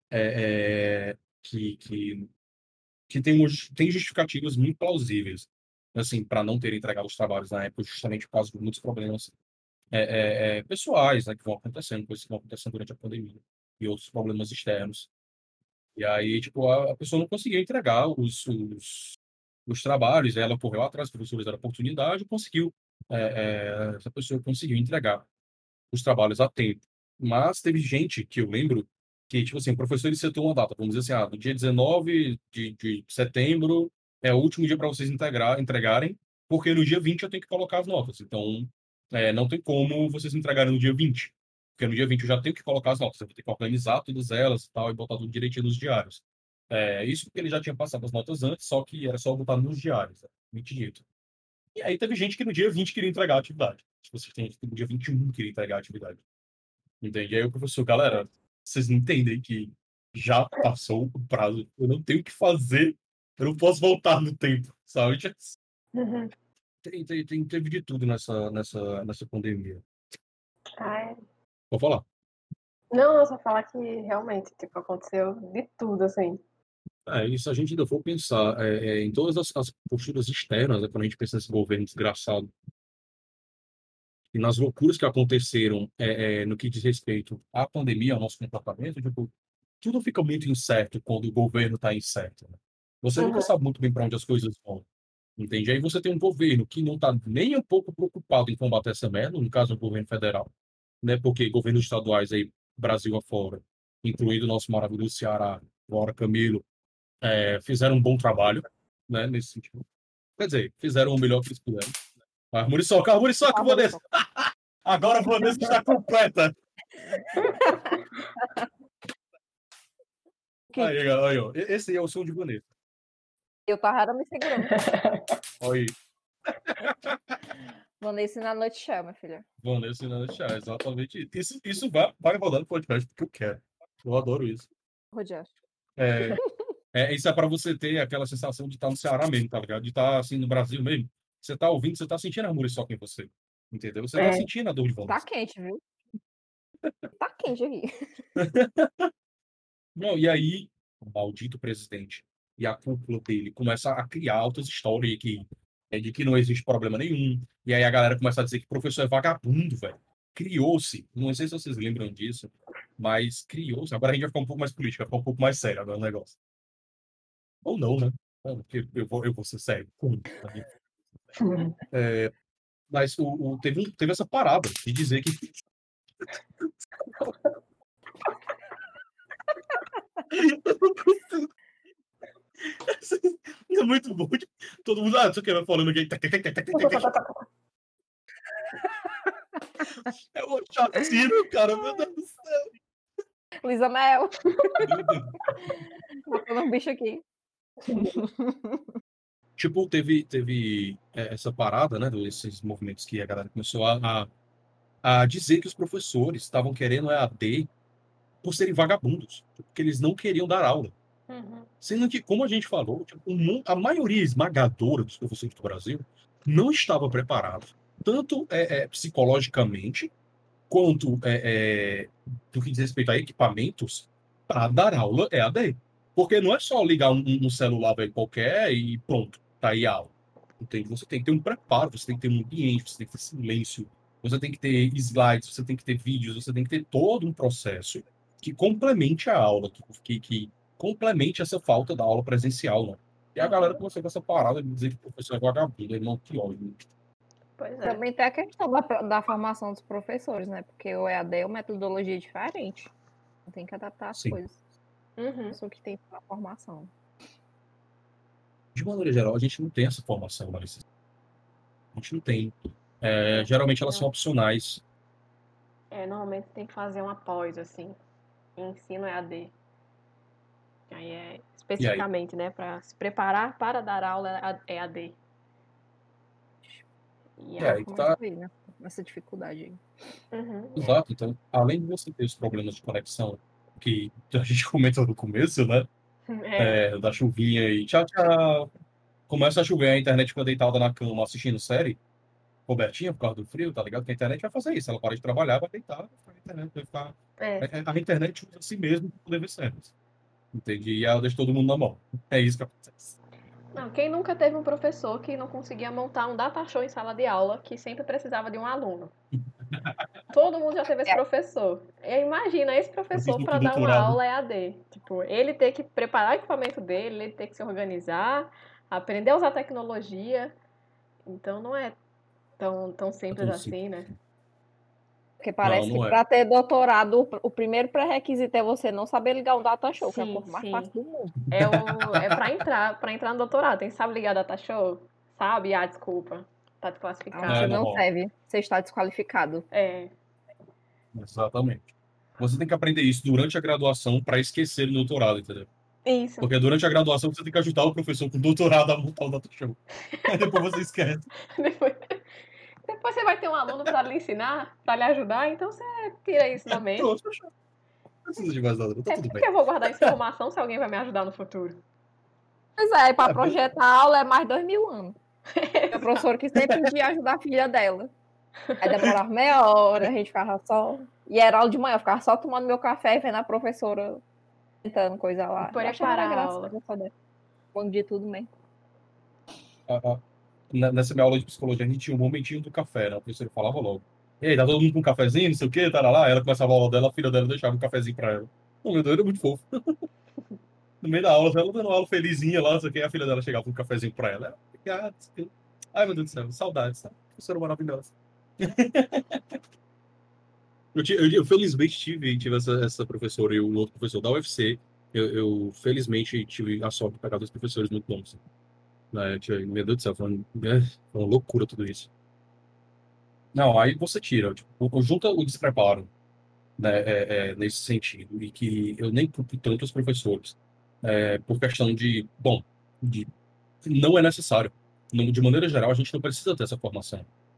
é, é, que, que, que tem, tem justificativas muito plausíveis, assim, para não ter entregado os trabalhos na época, justamente por causa de muitos problemas é, é, é, pessoais, né, que vão acontecendo, coisas que vão acontecendo durante a pandemia e outros problemas externos. E aí, tipo, a, a pessoa não conseguia entregar os, os, os trabalhos, ela correu atrás, os professores deram oportunidade, conseguiu, é, é, essa pessoa conseguiu entregar os trabalhos a tempo. Mas teve gente que eu lembro que, tipo assim, o professor ele setou uma data, vamos dizer assim, ah, no dia dezenove de, de setembro é o último dia para vocês integrar, entregarem, porque no dia vinte eu tenho que colocar as notas. Então, é, não tem como vocês entregarem no dia vinte, porque no dia vinte eu já tenho que colocar as notas, eu vou ter que organizar todas elas e tal, e botar tudo direitinho nos diários. É, isso porque ele já tinha passado as notas antes, só que era só botar nos diários, né? vinte dito. E aí teve gente que no dia vinte queria entregar a atividade. Tipo, você tem gente que no dia vinte e um queria entregar a atividade. Entende? E aí o professor, galera, vocês entendem que já passou o prazo, eu não tenho o que fazer, eu não posso voltar no tempo, sabe? Uhum. Tem, tem, tem- teve de tudo nessa, nessa, nessa pandemia. Ai. Vou falar. Não, eu só falar que realmente, tipo, aconteceu de tudo, assim. É, isso a gente ainda for pensar é, é, em todas as, as posturas externas, né, quando a gente pensa nesse governo desgraçado, e nas loucuras que aconteceram é, é, no que diz respeito à pandemia, ao nosso comportamento, tipo, tudo fica muito incerto quando o governo está incerto, né? Você nunca Uhum. sabe muito bem para onde as coisas vão, entende? Aí você tem um governo que não está nem um pouco preocupado em combater essa merda, no caso, o governo federal, né? Porque governos estaduais aí, Brasil afora, incluindo o nosso maravilhoso Ceará, agora Camilo, é, fizeram um bom trabalho, né? Nesse sentido. Quer dizer, fizeram o melhor que eles puderam. Mas Muriçoca, Muriçoca, Vanessa! Favoreceu. Agora a Vanessa está completa! Aí, aí, aí, ó. Esse aí é o som de Vanessa. Eu tava era me segurando. Olha aí. Vanessa na nutshell, minha filha. Vanessa na Chá, exatamente isso. Isso, isso vai, vai rodar no podcast porque eu quero. Eu adoro isso. Rodiar. É, é, isso é pra você ter aquela sensação de estar no Ceará mesmo, tá ligado? De estar assim no Brasil mesmo. Você tá ouvindo, você tá sentindo a muriçoca em você. Entendeu? Você tá É. sentindo a dor de Tá Vanessa. quente, viu? Tá quente aqui. Não, e aí, o maldito presidente e a cúpula dele começa a criar altas histórias que, é, de que não existe problema nenhum. E aí a galera começa a dizer que o professor é vagabundo, velho. Criou-se, não sei se vocês lembram disso, mas criou-se. Agora a gente vai ficar um pouco mais política, vai ficar um pouco mais sério agora o negócio. Ou não, né? É, porque eu vou, eu vou ser sério. É, mas o, o- teve, um- teve essa parada de dizer que. Eu não consigo. É muito bom. Todo mundo, ah, não sei o que, vai falando aqui. É um chacino, cara, meu Deus do céu. Luísa Mel. Meu Deus. Matando um bicho aqui. Tipo, teve, teve é, essa parada, né, desses movimentos que a galera começou a, a, a dizer que os professores estavam querendo E A D por serem vagabundos, porque eles não queriam dar aula. Uhum. Sendo que, como a gente falou, tipo, o mu- a maioria esmagadora dos professores do Brasil não estava preparado, tanto é, é, psicologicamente, quanto é, é, no que diz respeito a equipamentos, para dar aula E A D. Porque não é só ligar um, um celular velho qualquer e pronto, tá aí a aula. Entende? Você tem que ter um preparo, você tem que ter um ambiente, você tem que ter silêncio, você tem que ter slides, você tem que ter vídeos, você tem que ter todo um processo que complemente a aula, que, que, que complemente essa falta da aula presencial, né? E a galera começou com essa parada de dizer que o professor é vagabundo, irmão, que ódio. Pois é. Também tem a questão da, da formação dos professores, né? Porque o E A D é uma metodologia diferente. Tem que adaptar as Sim. coisas. Uhum. Isso que tem a formação. De maneira geral, a gente não tem essa formação, mas a gente não tem. É, geralmente elas são opcionais. É, normalmente você tem que fazer uma pós, assim, em ensino E A D. Aí é especificamente, né, para se preparar para dar aula E A D. E É, aí que tá. Aí, né? Essa dificuldade aí. Uhum. Exato. Então, além de você ter os problemas de conexão que a gente comentou no começo, né? É. É, da chuvinha e tchau, tchau. Começa a chover, a internet fica deitada na cama assistindo série, cobertinha por causa do frio, tá ligado? Porque a internet vai fazer isso. Ela para de trabalhar, vai deitar, vai ficar na internet, vai ficar. É. É, A internet usa a si mesmo para poder ver séries. Entende? E ela deixa todo mundo na mão. É isso que acontece. Não, quem nunca teve um professor que não conseguia montar um data show em sala de aula, que sempre precisava de um aluno? Todo mundo já teve esse professor. E imagina esse professor para dar uma aula E A D. Tipo, ele ter que preparar o equipamento dele, ele ter que se organizar, aprender a usar tecnologia. Então não é tão, tão simples tão assim, simples. né? Porque parece Não, não que é. para ter doutorado, o primeiro pré-requisito é você não saber ligar um data show, que é a Sim, coisa mais sim. fácil do mundo. É, o, é para entrar, para entrar no doutorado. Tem que saber ligar data show? Sabe? Ah, desculpa. Tá desclassificado. Ah, você É, não normal. serve, você está desqualificado. É. Exatamente. Você tem que aprender isso durante a graduação para esquecer o doutorado, entendeu? Isso. Porque durante a graduação você tem que ajudar o professor com doutorado a montar o data show. Aí depois você esquece. Depois, depois você vai ter um aluno para lhe ensinar, para lhe ajudar, então você tira isso da mente. Pronto, fechou. Não precisa de mais nada, tá É tudo porque bem. eu vou guardar essa informação se alguém vai me ajudar no futuro. Pois é, para É, projetar a aula é mais dois mil anos. A professora que sempre podia ajudar a filha dela. Aí demorava meia hora, a gente ficava só. E era aula de manhã, eu ficava só tomando meu café e vendo a professora tentando coisa lá. Por Eu achava preparar a graça, aula. eu só dei. Bom dia, tudo bem. a- a- na- nessa minha aula de psicologia, a gente tinha um momentinho do café, né? A professora falava logo. E aí, tá todo mundo com um cafezinho, não sei o quê, tá lá. Ela começava a aula dela, a filha dela deixava um cafezinho pra ela. Oh, meu Deus, era muito fofo. No meio da aula, ela dando uma aula felizinha lá, não sei o quê, a filha dela chegava com um cafezinho pra ela. Ela, obrigado. Ai, meu Deus do céu, saudades, tá? Professora maravilhosa. Eu, ti- eu, eu felizmente tive, tive essa, essa professora e o outro professor da U F C. Eu, eu, felizmente tive a sorte de pegar dois professores muito bons. Né? Eu tive- Meu Deus do céu, foi uma, é, foi uma loucura tudo isso. Não, aí você tira, tipo, o- junta o despreparo, né, é, é, nesse sentido, e que eu nem culpo tanto os professores, é, por questão de, bom, de, não é necessário. Não- De maneira geral, a gente não precisa ter essa formação.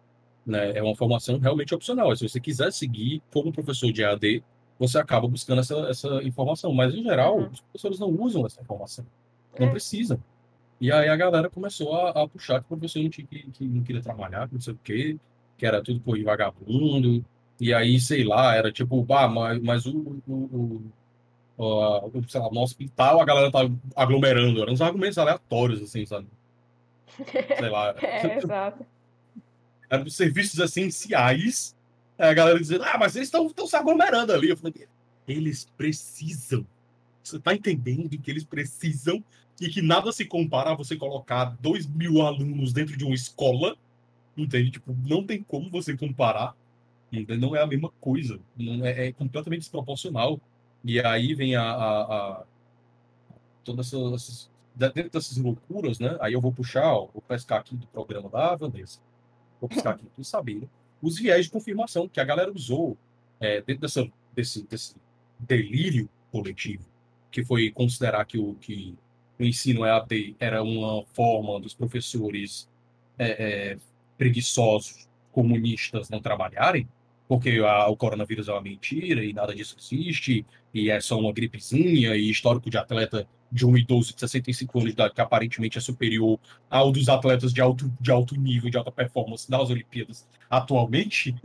né? É uma formação realmente opcional. Se você quiser seguir como professor de E A D, você acaba buscando essa, essa informação. Mas, em geral, Uhum. os professores não usam essa informação. Não É. precisam. E aí a galera começou a, a puxar que o professor não, tinha, que, que não queria trabalhar, que não sei o quê, que era tudo por vagabundo. E aí, sei lá, era tipo, ah, mas, mas o, o, o, o, o, sei lá, no hospital a galera tá aglomerando. Eram uns argumentos aleatórios, assim, sabe? Sei lá. É, exato. Eram dos serviços essenciais. Aí a galera dizendo, ah, mas eles estão se aglomerando ali. Eu falei, eles precisam. Você tá entendendo que eles precisam e que nada se compara a você colocar dois mil alunos dentro de uma escola, entende? Tipo, não tem como você comparar, entende? Não é a mesma coisa, não é, é completamente desproporcional. E aí vem a, a, a todas essas, dentro dessas loucuras, né? Aí eu vou puxar, ó, vou pescar aqui do programa da Vanessa, vou pescar aqui do Saber, os viés de confirmação que a galera usou é, dentro dessa, desse, desse delírio coletivo, que foi considerar que o, que o ensino E A D era uma forma dos professores é, é, preguiçosos, comunistas não trabalharem, porque a, o coronavírus é uma mentira e nada disso existe, e é só uma gripezinha, e histórico de atleta de um idoso de sessenta e cinco anos de idade, que aparentemente é superior ao dos atletas de alto, de alto nível, de alta performance das Olimpíadas atualmente.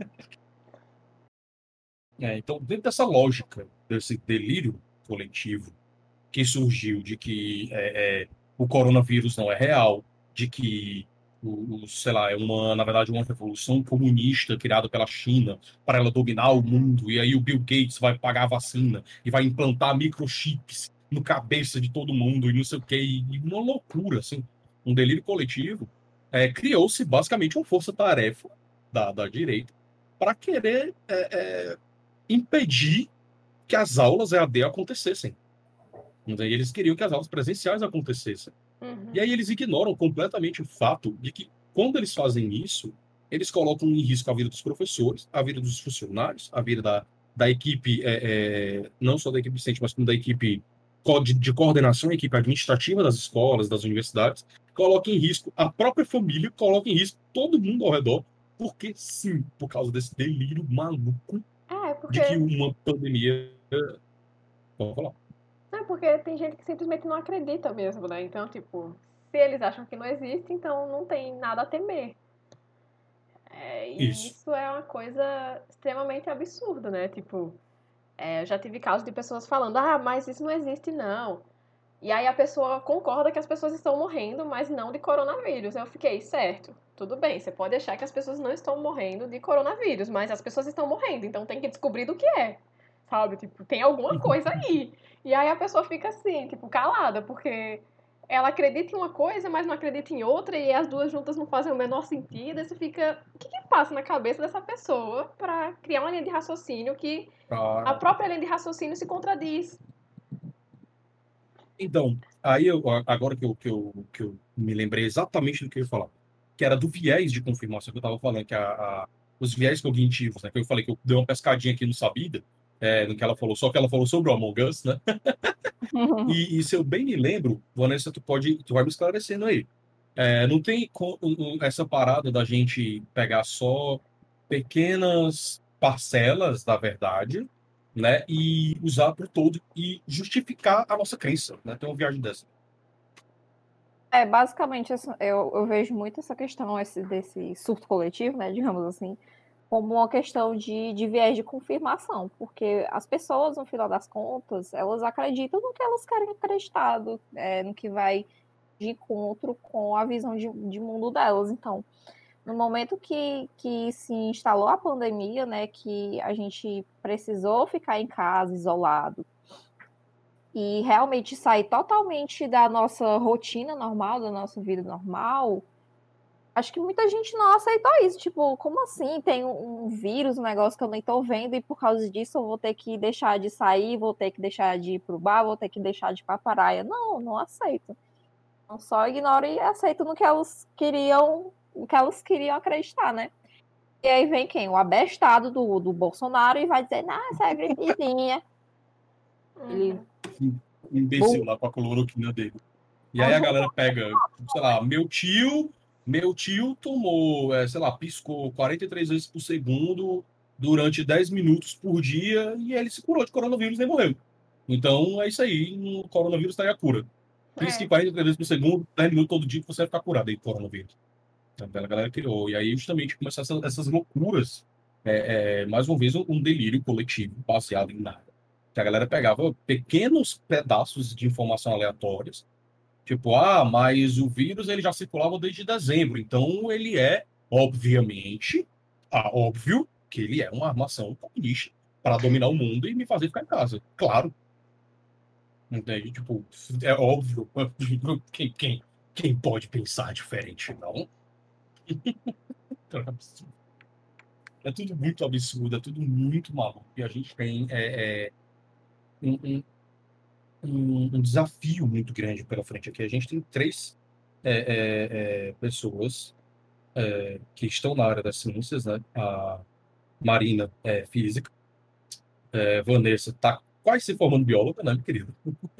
É, então, dentro dessa lógica, desse delírio coletivo que surgiu de que é, é, o coronavírus não é real, de que o, o, sei lá, é uma, na verdade, uma revolução comunista criada pela China para ela dominar o Uhum. mundo, e aí o Bill Gates vai pagar a vacina e vai implantar microchips no cabeça de todo mundo e não sei o quê, e uma loucura, assim, um delírio coletivo. É, criou-se basicamente uma força-tarefa da, da direita para querer é, é, impedir que as aulas E A D acontecessem. E aí eles queriam que as aulas presenciais acontecessem. Uhum. E aí eles ignoram completamente o fato de que, quando eles fazem isso, eles colocam em risco a vida dos professores, a vida dos funcionários, a vida da, da equipe, é, é, não só da equipe docente, mas como da equipe de, de coordenação, a equipe administrativa das escolas, das universidades, coloca em risco a própria família, coloca em risco todo mundo ao redor, porque sim, por causa desse delírio maluco É, de que porque, uma pandemia... Vamos falar. é porque tem gente que simplesmente não acredita mesmo, né? Então, tipo, se eles acham que não existe, então não tem nada a temer. É, e Isso. isso é uma coisa extremamente absurda, né? Tipo, é, eu já tive casos de pessoas falando, ah, mas isso não existe, não. E aí a pessoa concorda que as pessoas estão morrendo, mas não de coronavírus. Eu fiquei, certo, tudo bem, você pode achar que as pessoas não estão morrendo de coronavírus, mas as pessoas estão morrendo, então tem que descobrir do que é. Sabe? Tipo, tem alguma coisa aí. E aí a pessoa fica assim, tipo, calada, porque ela acredita em uma coisa, mas não acredita em outra, e as duas juntas não fazem o menor sentido. E você fica, o que que passa na cabeça dessa pessoa para criar uma linha de raciocínio que a Ah, própria linha de raciocínio se contradiz? então, aí eu, agora que eu, que, eu, que eu me lembrei exatamente do que eu ia falar, que era do viés de confirmação que eu estava falando, que a, a- os viés cognitivos, né? Que eu falei que eu dei uma pescadinha aqui no Sabida, é, no que ela falou, só que ela falou sobre o Among Us, né? E, e se eu bem me lembro, Vanessa, tu pode, tu vai me esclarecendo aí. É, não tem co- um- um- essa parada da gente pegar só pequenas parcelas da verdade, né, e usar por todo e justificar a nossa crença, né? Tem uma viagem dessa. É, basicamente, assim, eu, eu vejo muito essa questão esse, desse surto coletivo, né, digamos assim, como uma questão de, de viés de confirmação, porque as pessoas, no final das contas, elas acreditam no que elas querem acreditar, é, no que vai de encontro com a visão de, de mundo delas. Então, no momento que, que se instalou a pandemia, né, que a gente precisou ficar em casa, isolado, e realmente sair totalmente da nossa rotina normal, da nossa vida normal, acho que muita gente não aceitou isso. Tipo, como assim? Tem um vírus, um negócio que eu nem tô vendo, e por causa disso eu vou ter que deixar de sair, vou ter que deixar de ir pro bar, vou ter que deixar de ir pra praia. Não, não aceito. Então, só ignoro e aceito no que elas queriam, o que elas queriam acreditar, né? E aí vem quem? O abestado do, do Bolsonaro e vai dizer, não, essa é a gripezinha. Ele... Uhum. Um imbecil lá com a cloroquina dele. E aí a galera pega, sei lá, meu tio Meu tio tomou, é, sei lá, piscou quarenta e três vezes por segundo durante dez minutos por dia e ele se curou de coronavírus e nem morreu. Então é isso aí, o coronavírus tá aí a cura. Pisque É. quarenta e três vezes por segundo, dez minutos todo dia que você vai ficar curado aí do coronavírus. Então a galera criou. E aí justamente começaram essas, essas loucuras. É, é, mais uma vez, um, um delírio coletivo baseado em nada. Que a galera pegava pequenos pedaços de informação aleatórias. Tipo, ah, mas o vírus ele já circulava desde dezembro, então ele é, obviamente, ah, óbvio que ele é uma armação comunista para dominar o mundo e me fazer ficar em casa. Claro, entende? Tipo, é óbvio. Quem, quem, quem pode pensar diferente, não? Então, é absurdo. É tudo muito absurdo, é tudo muito maluco. E a gente tem é, é, um, um- um- um desafio muito grande pela frente aqui. A gente tem três é, é, é, pessoas é, que estão na área das ciências, né? A Marina é física, é, Vanessa está quase se formando bióloga, né, minha querida?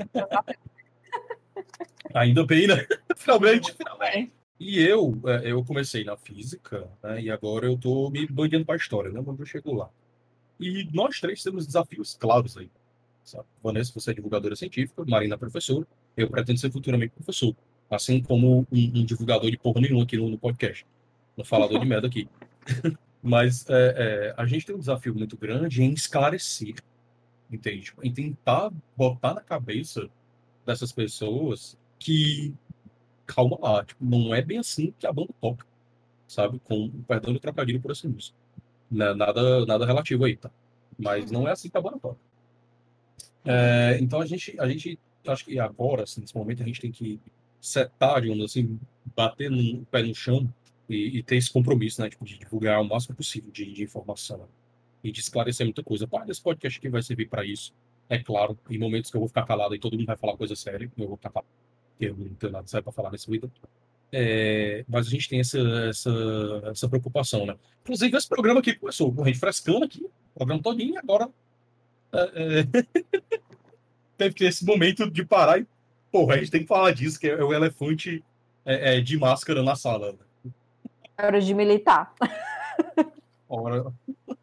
Ainda bem, né? Finalmente, finalmente. E eu, é, eu comecei na física, né? E agora eu estou me banhando para a história, né? Mas eu chego lá. E nós três temos desafios claros aí, sabe? Vanessa, você é divulgadora científica, Marina é professora, eu pretendo ser futuramente professor, assim como um, um divulgador de porra nenhuma aqui no, no podcast, um falador de merda aqui. Mas é, é, a gente tem um desafio muito grande em esclarecer, entende? Tipo, em tentar botar na cabeça dessas pessoas que, calma lá, tipo, não é bem assim que a banda toca, sabe? Com o perdão do trocadilho por esse músico. Né? Nada, nada relativo aí, tá? Mas não é assim que a banda toca. É, então a gente, a gente, acho que agora, assim, nesse momento, a gente tem que setar, digamos assim, bater no pé no chão e, e ter esse compromisso, né? Tipo, de divulgar o máximo possível de, de informação e de esclarecer muita coisa. Parte desse podcast aqui vai servir para isso. É claro, em momentos que eu vou ficar calado e todo mundo vai falar coisa séria, eu vou ficar calado, porque eu não tenho nada sério para falar nesse vídeo. É, mas a gente tem essa, essa, essa preocupação, né? Inclusive, esse programa aqui começou com a gente frescando aqui, o programa todinho, e agora é, é, teve que ter esse momento de parar e, porra, a gente tem que falar disso, que é o elefante é, é, de máscara na sala. É hora de militar. Ora,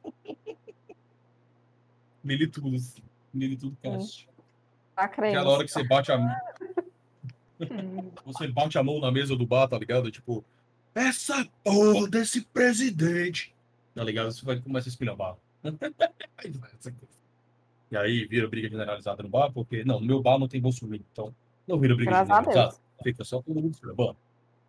militudos, militudo cast. A Aquela hora crença. que você bate a, você bate a mão na mesa do bar, tá ligado? Tipo, essa porra desse presidente. Tá ligado? Você vai começar a esculhambar. E aí vira briga generalizada no bar, porque, não, no meu bar não tem Bolsonaro, então não vira briga Graças a generalizada. Deus. Fica só todo mundo esculhambando.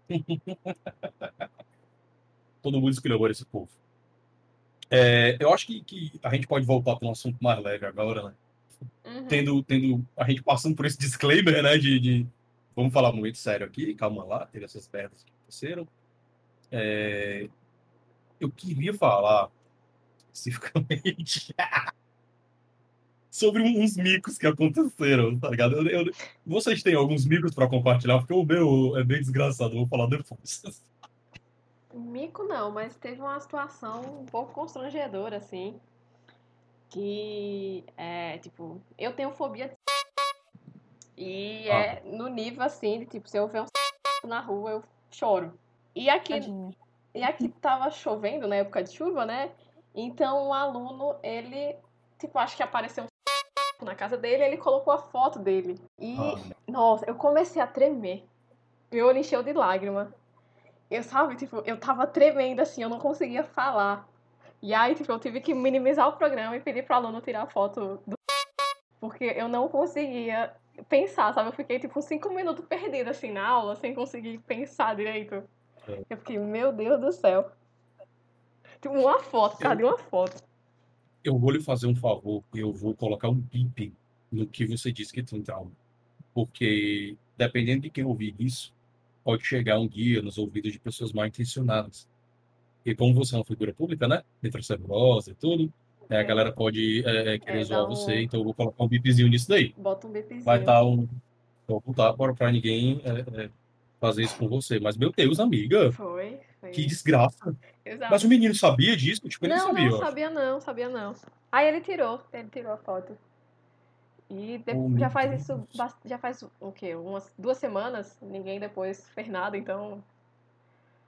Todo mundo esculhambando esse povo. É, eu acho que, que a gente pode voltar para um assunto mais leve agora, né? Uhum. Tendo, tendo a gente passando por esse disclaimer, né? De, de vamos falar muito sério aqui, calma lá, teve essas merdas que aconteceram. É, eu queria falar especificamente sobre uns micos que aconteceram, tá ligado? Eu, eu- vocês têm alguns micos para compartilhar, porque o meu é bem desgraçado, eu vou falar depois. Mico não, mas teve uma situação um pouco constrangedora, assim, que é, tipo, eu tenho fobia de... E Ah, é no nível, assim, de, tipo, se eu ver um na rua, eu choro. E aqui, Tadinha. e aqui tava chovendo, na época de chuva, né? Então o aluno, ele, tipo, acho que apareceu um na casa dele, ele colocou a foto dele. E, ah, nossa, eu comecei a tremer. Meu olho encheu de lágrima. Eu, sabe, tipo, eu tava tremendo assim, eu não conseguia falar. E aí, tipo, eu tive que minimizar o programa e pedir pro aluno tirar a foto do... Porque eu não conseguia pensar, sabe? Eu fiquei, tipo, cinco minutos perdida, assim, na aula, sem conseguir pensar direito. é. Eu fiquei, meu Deus do céu. Tipo, uma foto, por causa eu, de uma foto. eu vou lhe fazer um favor, eu vou colocar um bip no que você disse que tem trauma. Porque, dependendo de quem ouvir isso, pode chegar um dia nos ouvidos de pessoas mal intencionadas. E como você é uma figura pública, né? Letra saborosa e tudo, né? A galera É, pode é, é, querer é, zoar dá você, um... então eu vou colocar um bipzinho nisso daí. Bota um Vai bipzinho. estar um. Vou botar para para ninguém é, é, fazer isso com você. Mas, meu Deus, amiga, Foi, que foi. desgraça. Mas o Exato. menino sabia disso? Tipo, ele não Não, sabia, não, eu acho. sabia não, sabia não. Aí ele tirou, ele tirou a foto. E de- Oh, meu já faz isso, Deus. bas- já faz o quê? Umas duas semanas, ninguém depois fez nada, então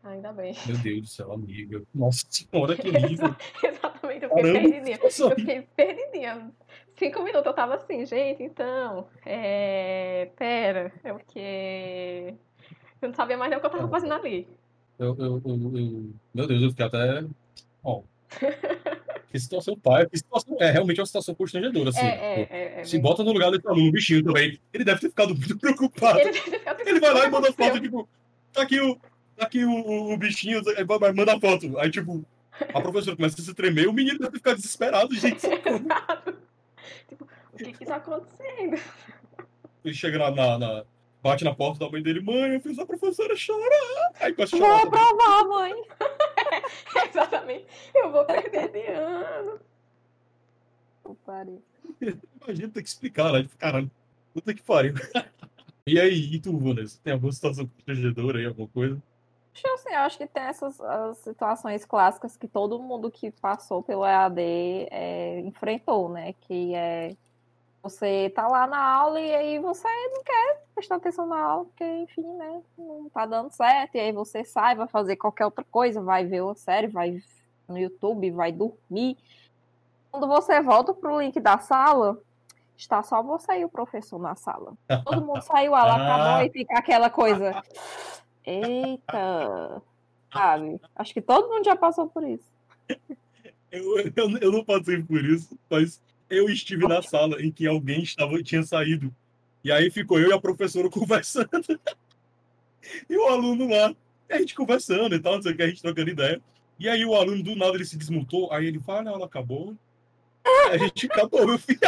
Ainda bem. Meu Deus do céu, amiga. Nossa senhora, que nível. Exatamente, eu fiquei Caramba, perdidinha. que situação. Eu fiquei perdidinha. Cinco minutos eu tava assim, gente, então, é... Pera, é porque... Eu não sabia mais nem o que eu tava fazendo ali. Eu, eu, eu, eu- Meu Deus, eu fiquei até. Ó, que situação pai, que situação. É realmente uma situação constrangedora, É, assim, né? é, Pô, é, é se bem... bota no lugar desse aluno, bichinho também. Ele deve ter ficado muito preocupado. Ele deve ficar Ele pensando, vai o lá que e manda foto, aconteceu? tipo, tá aqui o, tá aqui o, o, o bichinho, aí vai- vai- manda foto. Aí, tipo, a professora começa a se tremer, o menino deve ficar desesperado, gente, socorro. Exato. Tipo, o que que tá acontecendo? Ele chega na, na- na- bate na porta da mãe dele, mãe, eu fiz a professora chorar. Aí começa a Vou chorar também. aprovar, mãe. Exatamente. Eu vou perder de ano. Eu parei. Imagina ter que explicar, né? Tipo, caralho, puta que pariu. E aí, e tu, Vanessa? Tem alguma situação constrangedora aí, alguma coisa? Acho assim, eu acho que tem essas as situações clássicas que todo mundo que passou pelo E A D é, enfrentou, né? Que é você tá lá na aula e aí você não quer prestar atenção na aula, porque, enfim, né? Não tá dando certo. E aí você sai, vai fazer qualquer outra coisa, vai ver uma série, vai no YouTube, vai dormir. Quando você volta pro link da sala, está só você e o professor na sala. Todo mundo saiu, a aula acabou Ah, e fica aquela coisa. Eita, sabe? Acho que todo mundo já passou por isso. eu, eu, eu não passei por isso, mas eu estive na sala em que alguém estava, tinha saído. E aí ficou eu e a professora conversando. E o aluno lá, e a gente conversando e tal, não sei o que, a gente trocando ideia. E aí o aluno, do nada, ele se desmontou. Aí ele fala, ah, não, ela acabou. Aí a gente acabou, meu filho.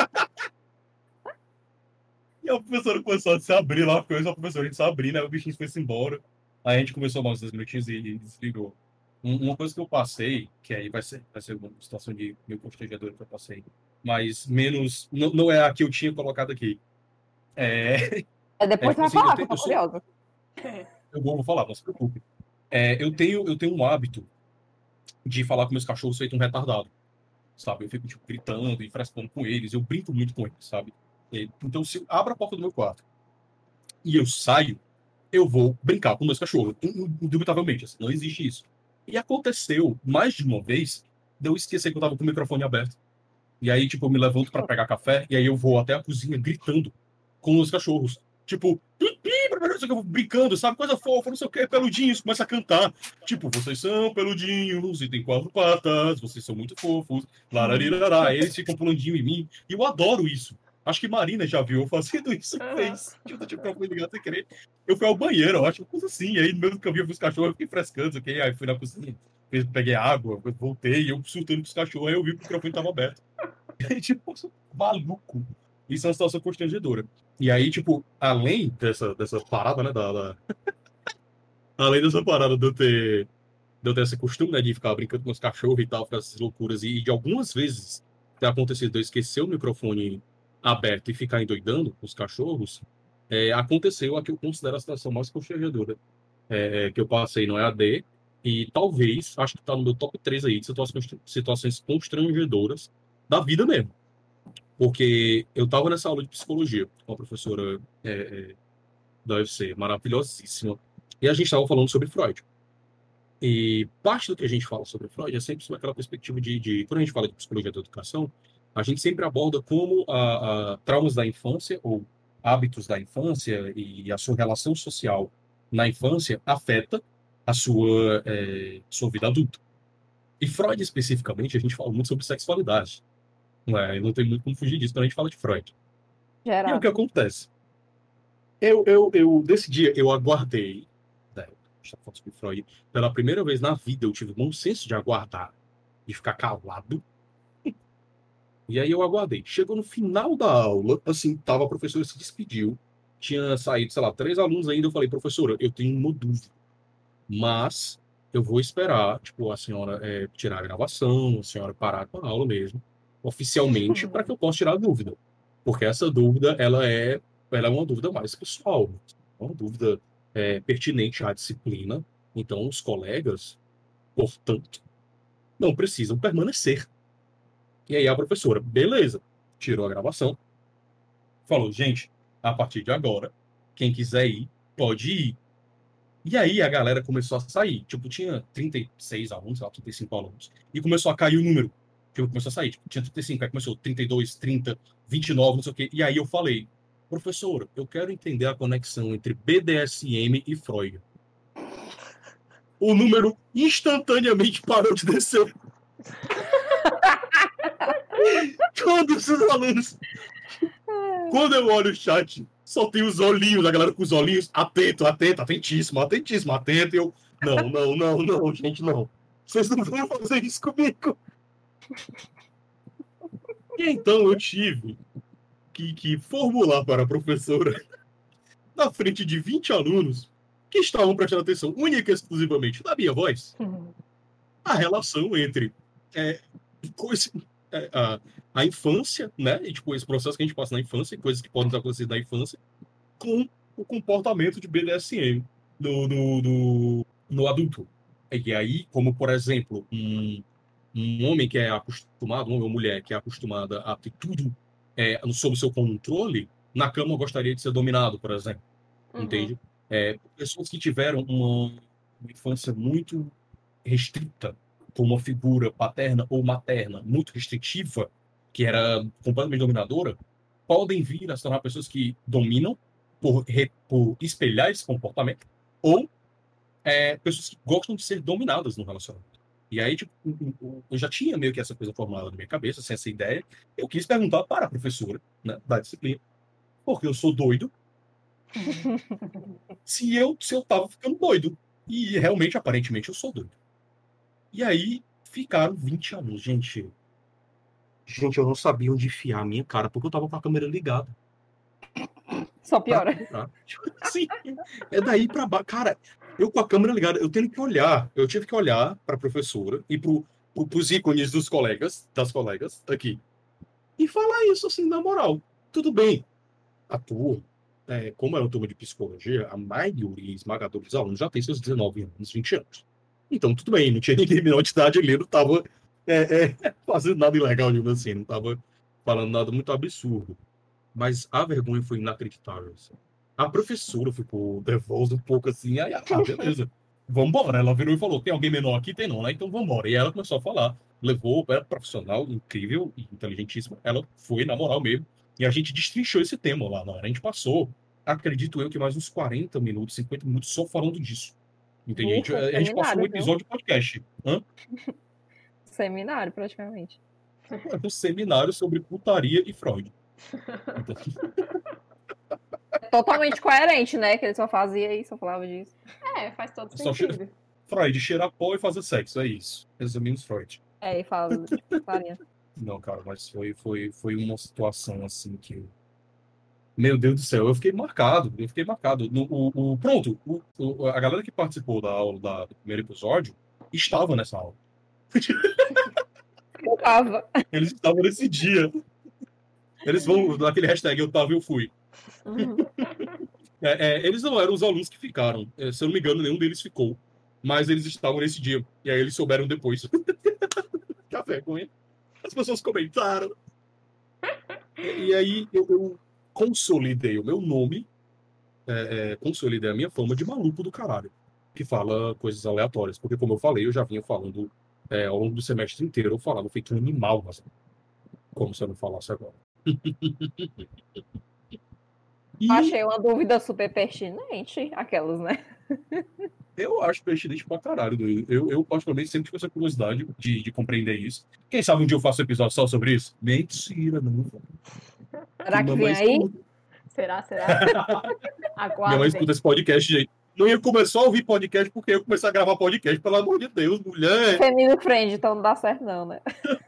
E a professora começou a se abrir lá, porque a professora a gente se abrir, né? O bichinho foi-se embora. Aí a gente começou mais uns minutinhos e ele desligou. Um- Uma coisa que eu passei, que aí vai ser, vai ser uma situação de meio constrangedora que eu passei, mas menos. Não, não é a que eu tinha colocado aqui. É, É, é depois tipo vai assim, eu, falar, que tenho, eu eu tô sou. curiosa. Eu vou, vou falar, não se preocupe. É, eu, tenho, eu tenho um hábito de falar com meus cachorros feito um retardado, sabe? Eu fico, tipo, gritando e frescando com eles, eu brinco muito com eles, sabe? E, então, se eu abro a porta do meu quarto e eu saio, eu vou brincar com meus cachorros, indubitavelmente, assim, não existe isso. E aconteceu mais de uma vez de eu esquecer que eu tava com o microfone aberto. E aí, tipo, eu me levanto pra pegar café e aí eu vou até a cozinha gritando com os cachorros. Tipo, pi, pi, não sei o que, eu vou brincando, sabe? Coisa fofa, não sei o que, peludinhos, começa a cantar. Tipo, vocês são peludinhos e têm quatro patas, vocês são muito fofos, lararirará. Eles ficam pulandinho em mim. E eu adoro isso. Acho que Marina já viu eu fazendo isso, Uhum. fez. Tipo, tipo, eu fui ligado sem querer. Eu fui ao banheiro, eu acho, uma coisa assim. E aí, no meio do caminho, eu vi os cachorros, eu fiquei frescando, ok? Aí fui na cozinha, peguei água, voltei, eu surtando com os cachorros, aí eu vi que o microfone tava aberto. E, tipo, maluco. Isso é uma situação constrangedora. E aí, tipo, além dessa, dessa parada, né, da, da- além dessa parada de eu ter, de eu ter esse costume, né, de ficar brincando com os cachorros e tal, ficar essas loucuras, e de algumas vezes ter acontecido de eu esquecer o microfone aberto e ficar endoidando com os cachorros, é, aconteceu a que eu considero a situação mais constrangedora é, que eu passei no E A D, e talvez, acho que tá no meu top três aí, de situações, situações constrangedoras da vida mesmo. Porque eu estava nessa aula de psicologia com a professora é, é, da U F C, maravilhosíssima, e a gente estava falando sobre Freud. E parte do que a gente fala sobre Freud é sempre sobre aquela perspectiva de, de quando a gente fala de psicologia da educação, a gente sempre aborda como a, a traumas da infância ou hábitos da infância e a sua relação social na infância afeta a sua, é, sua vida adulta. E Freud, especificamente, a gente fala muito sobre sexualidade. Não é? Não tem muito como fugir disso quando a gente fala de Freud. E aí o que Gerado. acontece? Eu, eu, eu, desse dia, eu aguardei, né, a gente tá falando sobre Freud, pela primeira vez na vida eu tive bom senso de aguardar, de ficar calado. E aí eu aguardei. Chegou no final da aula, assim, tava, a professora se despediu, tinha saído, sei lá, três alunos ainda, eu falei, professora, eu tenho uma dúvida, mas eu vou esperar, tipo, a senhora é, tirar a gravação, a senhora parar com a aula mesmo, oficialmente, para que eu possa tirar a dúvida. Porque essa dúvida, ela é, ela é uma dúvida mais pessoal, uma dúvida é, pertinente à disciplina. Então, os colegas, portanto, não precisam permanecer. E aí a professora, beleza, tirou a gravação, falou, gente, a partir de agora, quem quiser ir, pode ir. E aí a galera começou a sair. Tipo, tinha trinta e seis alunos, sei lá, trinta e cinco alunos. E começou a cair o número. Tipo, começou a sair. Tipo, tinha trinta e cinco, aí começou trinta e dois, trinta, vinte e nove, não sei o quê. E aí eu falei, professora, eu quero entender a conexão entre B D S M e Freud. O número instantaneamente parou de descer. Todos os alunos. Quando eu olho o chat, só tem os olhinhos, a galera com os olhinhos, atento, atento, atentíssimo, atentíssimo, atento. E eu, não, não, não, não, gente, não. Vocês não vão fazer isso comigo. E então eu tive que, que formular para a professora, na frente de vinte alunos, que estavam prestando atenção única e exclusivamente na minha voz, a relação entre é, coisa, é, a, a infância, né? E tipo, esse processo que a gente passa na infância, coisas que podem acontecer na infância, com o comportamento de B D S M no, no, no, no adulto. E aí, como por exemplo, um, um homem que é acostumado, um homem ou mulher que é acostumada a ter tudo é, sob seu controle, na cama gostaria de ser dominado, por exemplo. Uhum. Entende? É, pessoas que tiveram uma, uma infância muito restrita, com uma figura paterna ou materna muito restritiva, que era completamente dominadora, podem vir a se tornar pessoas que dominam por, re, por espelhar esse comportamento, ou é, pessoas que gostam de ser dominadas no relacionamento. E aí, tipo, eu já tinha meio que essa coisa formada na minha cabeça, assim, essa ideia. Eu quis perguntar para a professora, né, da disciplina, porque eu sou doido, se eu, se eu tava ficando doido. E realmente, aparentemente, eu sou doido. E aí, ficaram vinte anos, gente. Gente, eu não sabia onde enfiar a minha cara, porque eu tava com a câmera ligada. Só piora. Tá? Sim, é daí pra baixo. Cara, eu com a câmera ligada, eu tenho que olhar. Eu tive que olhar pra professora e pro, pro, pros ícones dos colegas, das colegas, aqui. E falar isso, assim, na moral. Tudo bem. A turma, é, como é uma turma de psicologia, a maioria esmagadora dos alunos já tem seus dezenove anos, vinte anos. Então, tudo bem, não tinha ninguém menor de idade ali, não tava é, é, fazendo nada ilegal, digamos assim, não tava falando nada muito absurdo. Mas a vergonha foi inacreditável. Assim. A professora ficou nervosa um pouco assim, aí, ah, beleza, vambora. Ela virou e falou, tem alguém menor aqui? Tem não, né? Então vambora. E ela começou a falar, levou, era profissional, incrível e inteligentíssima, ela foi, na moral mesmo, e a gente destrinchou esse tema lá na hora. A gente passou, acredito eu, que mais uns quarenta minutos, cinquenta minutos só falando disso. Entende? Ufa, a, gente, a gente passou um episódio de podcast. Hã? Seminário, praticamente. Um seminário sobre putaria e Freud. Então... Totalmente coerente, né? Que ele só fazia isso, só falava disso. É, faz todo Só sentido. che... Freud, cheirar pó e fazer sexo, é isso. Resumimos Freud. É, e fala farinha. Não, cara, mas foi, foi, foi uma situação assim que... Meu Deus do céu, eu fiquei marcado, eu fiquei marcado. No, o, o, pronto, o, o, a galera que participou da aula da, do primeiro episódio estava nessa aula. Eu tava. Eles estavam nesse dia. Eles vão, naquele hashtag eu tava e eu fui. Uhum. É, é, eles não eram os alunos que ficaram. É, se eu não me engano, nenhum deles ficou. Mas eles estavam nesse dia. E aí eles souberam depois. Que vergonha. As pessoas comentaram. E, e aí eu, eu consolidei o meu nome, é, é, consolidei a minha fama de maluco do caralho. Que fala coisas aleatórias. Porque, como eu falei, eu já vinha falando é, ao longo do semestre inteiro. Eu falava feito um animal. Mas, como se eu não falasse agora. E achei uma dúvida super pertinente, aquelas, né? eu acho pertinente pra caralho. Eu, eu particularmente, sempre tive essa curiosidade de, de compreender isso. Quem sabe um dia eu faço um episódio só sobre isso? Mentira, não. Será que vem aí? Escuta. Será, será? Aguardem. Minha mãe escuta esse podcast, gente. Não ia começar a ouvir podcast porque eu ia começar a gravar podcast, pelo amor de Deus, mulher. Family friend, então não dá certo não, né?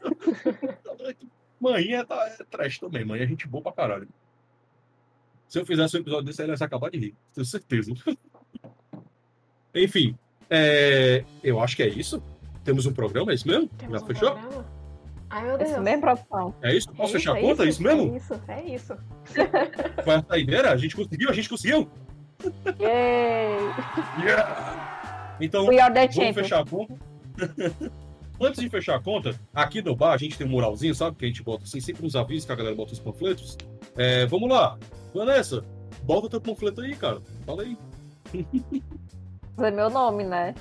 Mãe é, é trash também, mãe é gente boa pra caralho. Se eu fizesse um episódio desse, ela ia acabar de rir, tenho certeza. Enfim, é, eu acho que é isso. Temos um programa, é isso mesmo? Temos Já um fechou? programa? Ai, meu Deus. Isso mesmo, produção. É isso? Posso É fechar isso, a conta? É isso mesmo? É isso, é isso. Foi a saideira? A gente conseguiu? A gente conseguiu? Yay! Yeah! Então, We are the vamos champions. fechar a conta. Antes de fechar a conta, aqui no bar a gente tem um muralzinho, sabe? Que a gente bota assim, sempre nos avisos que a galera bota os panfletos. É, vamos lá. Vanessa, bota teu panfleto aí, cara. Fala aí. É meu nome, né?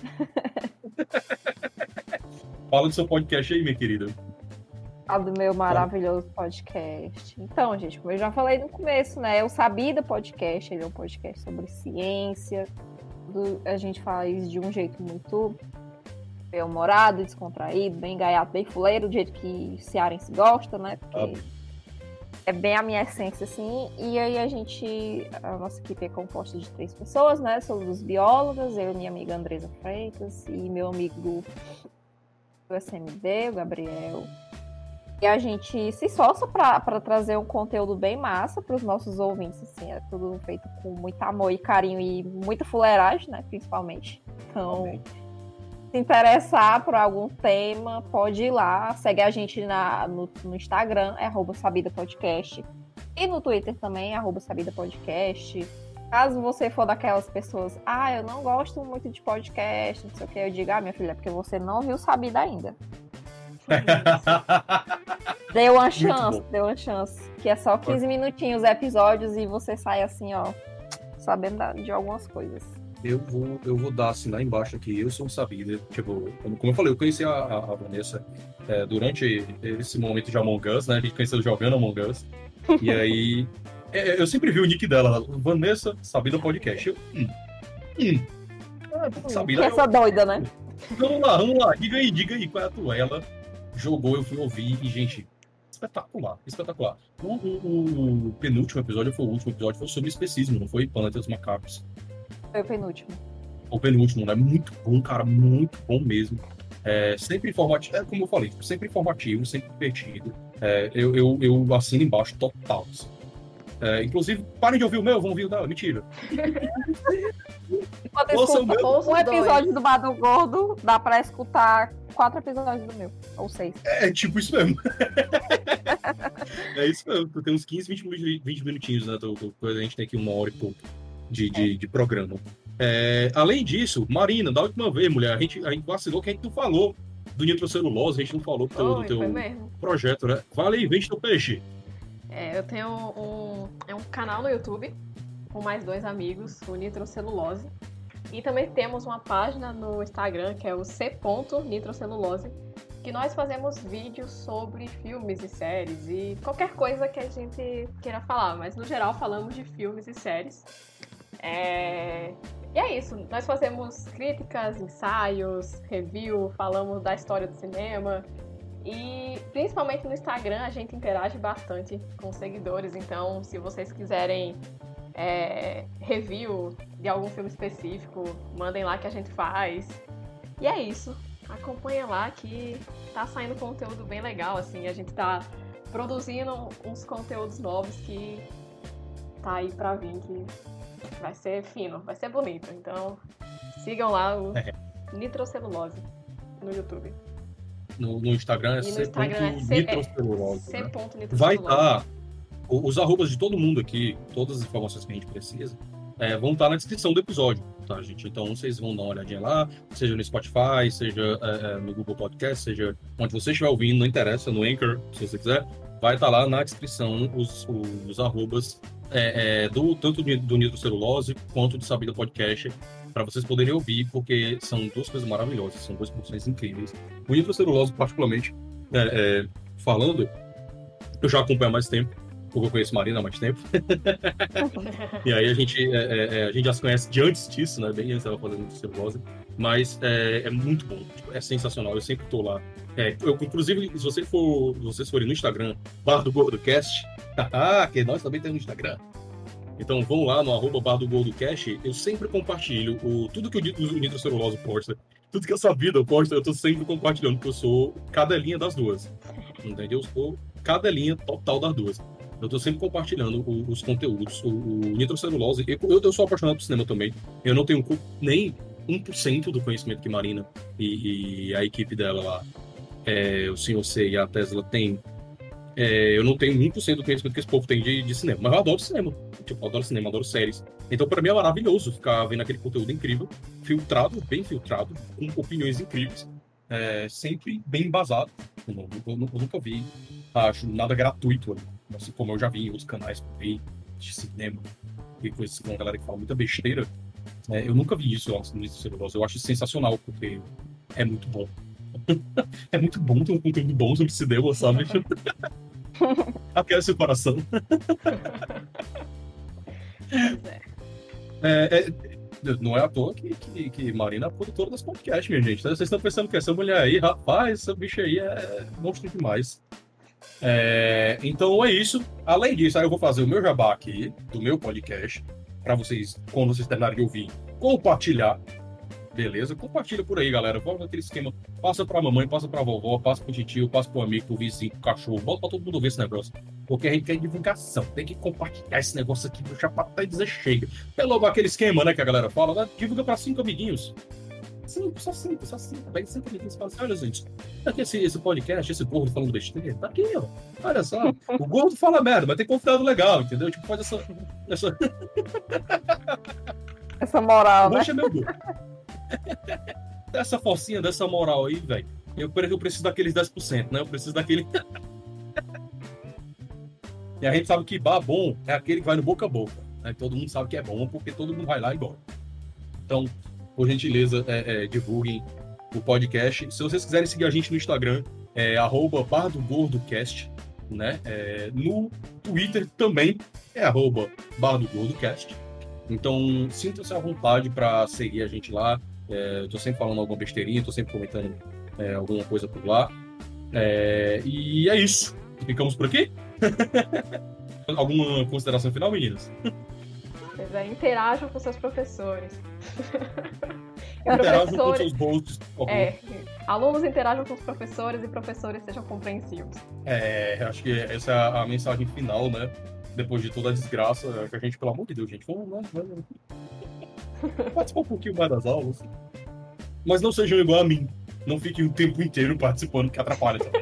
Fala do seu podcast aí, minha querida. Fala do meu maravilhoso podcast. Então, gente, como eu já falei no começo, né? O Sabida Podcast, ele é um podcast sobre ciência. Do, a gente faz de um jeito muito bem-humorado, descontraído, bem gaiato, bem fuleiro, do jeito que cearense gosta, né? Porque é bem a minha essência, assim. E aí a gente, a nossa equipe é composta de três pessoas, né? Somos biólogas, eu e minha amiga Andresa Freitas e meu amigo do S M D, o Gabriel. E a gente se esforça para trazer um conteúdo bem massa para os nossos ouvintes, assim, é tudo feito com muito amor e carinho e muita fuleiragem, né, principalmente. Então, Amém. Se interessar por algum tema, pode ir lá, segue a gente na, no, no Instagram, é arroba Sabida Podcast, e no Twitter também, arroba Sabida Podcast. Caso você for daquelas pessoas, ah, eu não gosto muito de podcast, não sei o que, eu digo, ah, minha filha, é porque você não viu Sabida ainda. Deu uma chance, deu uma chance. Que é só quinze minutinhos episódios e você sai assim, ó, sabendo de algumas coisas. Eu vou, eu vou dar assim lá embaixo aqui, eu sou um Sabida. Tipo, como eu falei, eu conheci a, a, a Vanessa é, durante esse momento de Among Us, né? A gente conheceu jogando Among Us. E aí, é, eu sempre vi o nick dela, Vanessa Sabida Podcast. Eu, hum, hum. Ah, Sabida. Essa eu... doida, né? Vamos lá, vamos lá. Diga aí, diga aí qual é a tua. Ela jogou, eu fui ouvir e, gente, espetacular, espetacular. O, o, o penúltimo episódio, foi o último episódio, foi sobre especismo, não foi? Planetas Macabros. Foi o penúltimo. O penúltimo, né? Muito bom, cara, muito bom mesmo. É, sempre informativo, é como eu falei, sempre informativo, sempre divertido. É, eu, eu, eu assino embaixo total. É, inclusive, parem de ouvir o meu, vão ouvir o dela. Mentira. Ouça o meu. Um episódio do Bado Gordo dá pra escutar quatro episódios do meu, ou seis. É, tipo isso mesmo. É isso mesmo. Tu tem uns quinze, vinte minutinhos, né? Do, do, a gente tem aqui uma hora e pouco de, de, é. de programa. É, além disso, Marina, da última vez, mulher, a gente, a gente vacilou que a gente não falou do nitrocelulose, a gente não falou do teu, Oi, do teu foi mesmo. projeto, né? Fala aí, vende teu peixe. É, eu tenho um, é um canal no YouTube com mais dois amigos, o Nitrocelulose. E também temos uma página no Instagram, que é o c ponto nitrocelulose, que nós fazemos vídeos sobre filmes e séries e qualquer coisa que a gente queira falar. Mas, no geral, falamos de filmes e séries. É... E é isso. Nós fazemos críticas, ensaios, review, falamos da história do cinema. E, principalmente no Instagram, a gente interage bastante com os seguidores. Então, se vocês quiserem é, review de algum filme específico, mandem lá que a gente faz. E é isso. Acompanha lá que tá saindo conteúdo bem legal, assim. A gente tá produzindo uns conteúdos novos que tá aí pra vir, que vai ser fino, vai ser bonito. Então, sigam lá o Nitrocelulose no YouTube. No, no Instagram é C. Nitrocelulose. É, né? Vai estar tá, os arrobas de todo mundo aqui, todas as informações que a gente precisa, é, vão estar tá na descrição do episódio, tá, gente? Então vocês vão dar uma olhadinha lá, seja no Spotify, seja é, no Google Podcast, seja onde você estiver ouvindo, não interessa, no Anchor, se você quiser, vai estar tá lá na descrição os, os, os arrobas é, é, do, tanto do Nitrocelulose quanto do Sabida Podcast, para vocês poderem ouvir, porque são duas coisas maravilhosas, são duas produções incríveis. O Nitrocelulose, particularmente, é, é, falando, eu já acompanho há mais tempo, porque eu conheço Marina há mais tempo. E aí a gente, é, é, a gente já se conhece de antes disso, né? Bem antes dela fazendo Nitrocelulose. Mas é, é muito bom, tipo, é sensacional, eu sempre tô lá. É, eu, inclusive, se você for, se vocês forem no Instagram, Bar do GordoCast, que nós também temos no Instagram. Então vão lá no arroba Bar do GordoCast, eu sempre compartilho o, tudo que o, o Nitrocelulose posta, tudo que a Sabida posta, eu tô sempre compartilhando, porque eu sou cadelinha das duas. Entendeu? Eu sou cadelinha total das duas. Eu tô sempre compartilhando o, os conteúdos. O, o Nitrocelulose, eu, eu sou apaixonado por cinema também. Eu não tenho nem um por cento do conhecimento que Marina e, e a equipe dela lá, é, o senhor C e a Tesla tem. É, eu não tenho um por cento do conhecimento que esse povo tem de, de cinema, mas eu adoro cinema. Tipo, eu adoro cinema, eu adoro séries. Então, pra mim, é maravilhoso ficar vendo aquele conteúdo incrível, filtrado, bem filtrado, com opiniões incríveis, é, sempre bem embasado. Eu, eu, eu, eu nunca vi, acho, nada gratuito ali. Assim como eu já vi em outros canais por aí, de cinema, e coisas com a galera que fala muita besteira. É, eu nunca vi isso antes no Ministério Negócio. Eu acho sensacional, porque é muito bom. É muito bom ter um conteúdo bom sobre cinema, sabe? Aquece o coração. Pois é. É, é, não é à toa que, que, que Marina é a produtora das podcasts, minha gente. Vocês estão pensando que essa mulher aí, rapaz, essa bicha aí é monstro demais. É, então é isso. Além disso, aí eu vou fazer o meu jabá aqui, do meu podcast, para vocês, quando vocês terminarem de ouvir, compartilhar. Beleza? Compartilha por aí, galera. Vamos naquele esquema. Passa pra mamãe, passa pra vovó, passa pro tio, passa pro amigo, pro vizinho, pro cachorro. Bota pra todo mundo ver esse negócio. Porque a gente quer divulgação. Tem que compartilhar esse negócio aqui do chapéu e dizer chega. É logo aquele esquema, né, que a galera fala. Né? Divulga pra cinco amiguinhos. Cinco, só cinco, só cinco. Pega cinco amiguinhos e fala assim: olha, gente, tá aqui esse, esse podcast, esse gordo falando besteira. Tá aqui, ó. Olha só. O gordo fala merda, mas tem convidado legal, entendeu? Tipo, faz essa. Essa, Essa moral, né? Poxa, meu Deus. Dessa forcinha, dessa moral aí, velho. Eu, eu preciso daqueles dez por cento, né? Eu preciso daquele. E a gente sabe que bar bom é aquele que vai no boca a boca. Né? Todo mundo sabe que é bom, porque todo mundo vai lá e gosta. Então, por gentileza, é, é, divulguem o podcast. Se vocês quiserem seguir a gente no Instagram, é arroba bardogordocast, né? É, no Twitter também é arroba bardogordocast. Então, sinta-se à vontade para seguir a gente lá. É, eu tô sempre falando alguma besteirinha, tô sempre comentando é, alguma coisa por lá. É, e é isso. Ficamos por aqui? Alguma consideração final, meninas? Pois é, interajam com seus professores. E Interajam com professores- seus hosts, por favor. É, alunos interajam com os professores e professores sejam compreensivos. É, acho que essa é a mensagem final, né? Depois de toda a desgraça que a gente, pelo amor de Deus, gente, vamos lá, vamos participar um pouquinho mais das aulas. Mas não sejam igual a mim. Não fiquem o tempo inteiro participando, que atrapalha também.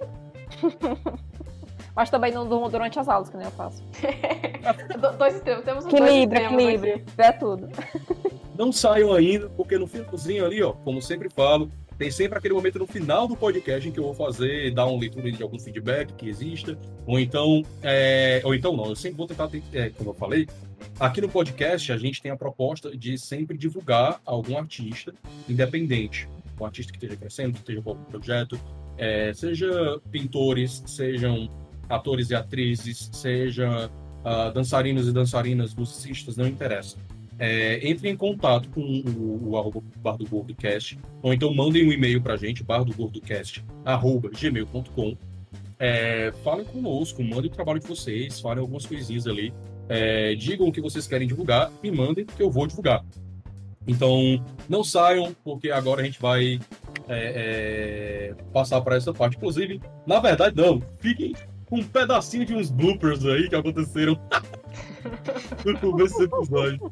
Mas também não durmo durante as aulas, que nem eu faço. Do- dois extremos, temos os dois Equilíbrio, extremos equilíbrio. aqui. É tudo. Não saiam ainda, porque no finalzinho ali, ó, como sempre falo, tem sempre aquele momento no final do podcast em que eu vou fazer, dar uma leitura de algum feedback que exista, ou então, é, ou então não, eu sempre vou tentar, é, como eu falei, aqui no podcast a gente tem a proposta de sempre divulgar algum artista independente, um artista que esteja crescendo, que esteja com algum projeto, é, seja pintores, sejam atores e atrizes, seja ah, dançarinos e dançarinas, musicistas, não interessa. É, entre em contato com o, o arroba Bar do Gordocast, ou então mandem um e-mail pra gente, bardogordocast, arroba gmail ponto com. É, falem conosco, mandem o trabalho de vocês, falem algumas coisinhas ali, é, digam o que vocês querem divulgar e mandem que eu vou divulgar. Então, não saiam, porque agora a gente vai é, é, passar para essa parte. Inclusive, na verdade, não, fiquem com um pedacinho de uns bloopers aí que aconteceram no começo do episódio.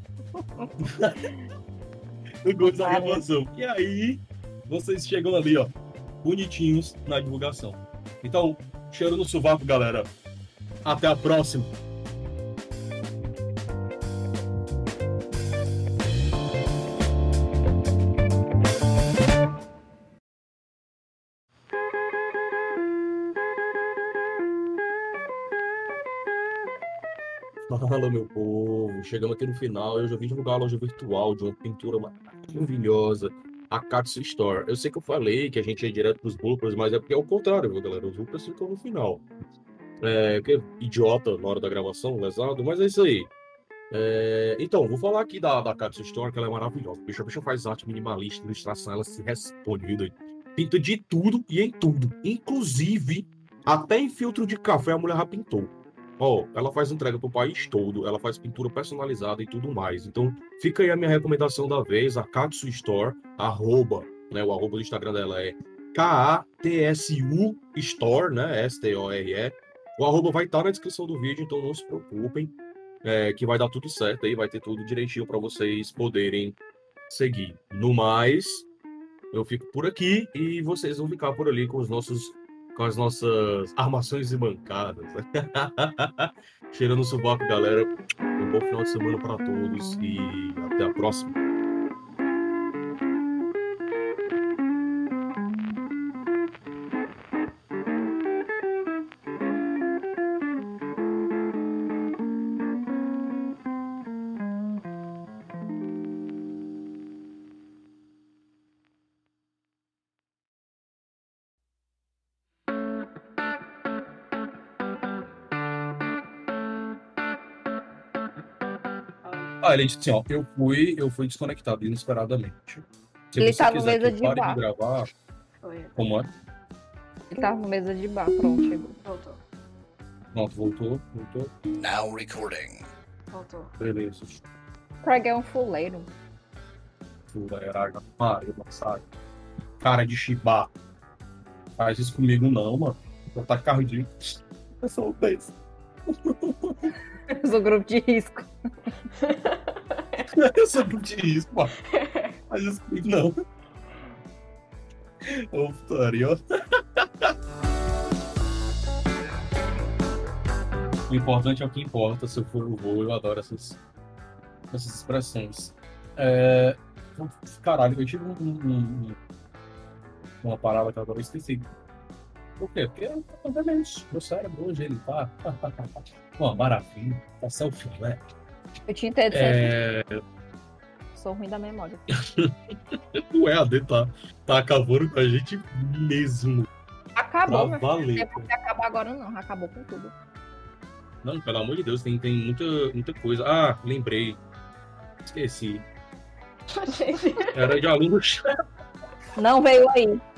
No começo da gravação. E aí, vocês chegam ali, ó, bonitinhos na divulgação. Então, cheiro no sovaco, galera. Até a próxima. Fala, meu povo. Chegamos aqui no final. Eu já vim divulgar a loja virtual de uma pintura maravilhosa, a Katsu Store. Eu sei que eu falei que a gente ia direto pros bloopers, mas é porque é o contrário, viu, galera? Os bloopers ficam no final. É, que idiota na hora da gravação, lesado, mas é isso aí. É, então, vou falar aqui da, da Katsu Store, que ela é maravilhosa. Bicho, a bicha faz arte minimalista, ilustração, ela se responde, viu, doido? Pinta de tudo e em tudo. Inclusive, até em filtro de café a mulher já pintou. Ó, ela faz entrega pro país todo, ela faz pintura personalizada e tudo mais. Então, fica aí a minha recomendação da vez, a Katsu Store, arroba, né, o arroba do Instagram dela é K A T S U Store, né, S T O R E. O arroba vai estar na descrição do vídeo, então não se preocupem, é, que vai dar tudo certo aí, vai ter tudo direitinho para vocês poderem seguir. No mais, eu fico por aqui e vocês vão ficar por ali com os nossos com as nossas armações e mancadas. Cheirando o sovaco, galera. Um bom final de semana para todos e até a próxima. Ah, ele disse assim, ó, eu fui, eu fui desconectado inesperadamente. Se Ele você tá no quiser mesa que de eu pare bar. de gravar, Foi. como é? Ele tava no mesa de bar, pronto, chegou. Voltou. Pronto, voltou, voltou. Now recording. Voltou. Beleza. Craig é um fuleiro. Fuleiragem, Maria, sabe? Cara de chibá. Faz isso comigo não, mano. Eu tá cardinho. Eu sou o desse. Eu sou grupo de risco. Eu sou grupo de risco, mano. Faz isso comigo não. Ô, putaria, ó. O importante é o que importa. Se eu for, eu vou. Eu adoro essas, essas expressões. É... Caralho, eu tive um, um, um, uma parada que agora eu esqueci. Por quê? Porque eu tô completamente. Meu cérebro hoje ele tá. Uma maravilha. Tá selfie, né? Eu te entendo sempre. É... Sou ruim da memória. O E A D tá, tá acabando com a gente mesmo. Acabou, Pra meu filho. valer. Não tem por que acabar agora, não. Acabou com tudo. Não, pelo amor de Deus, tem, tem muita, muita coisa. Ah, lembrei. Esqueci. Era de aluno. Não veio aí.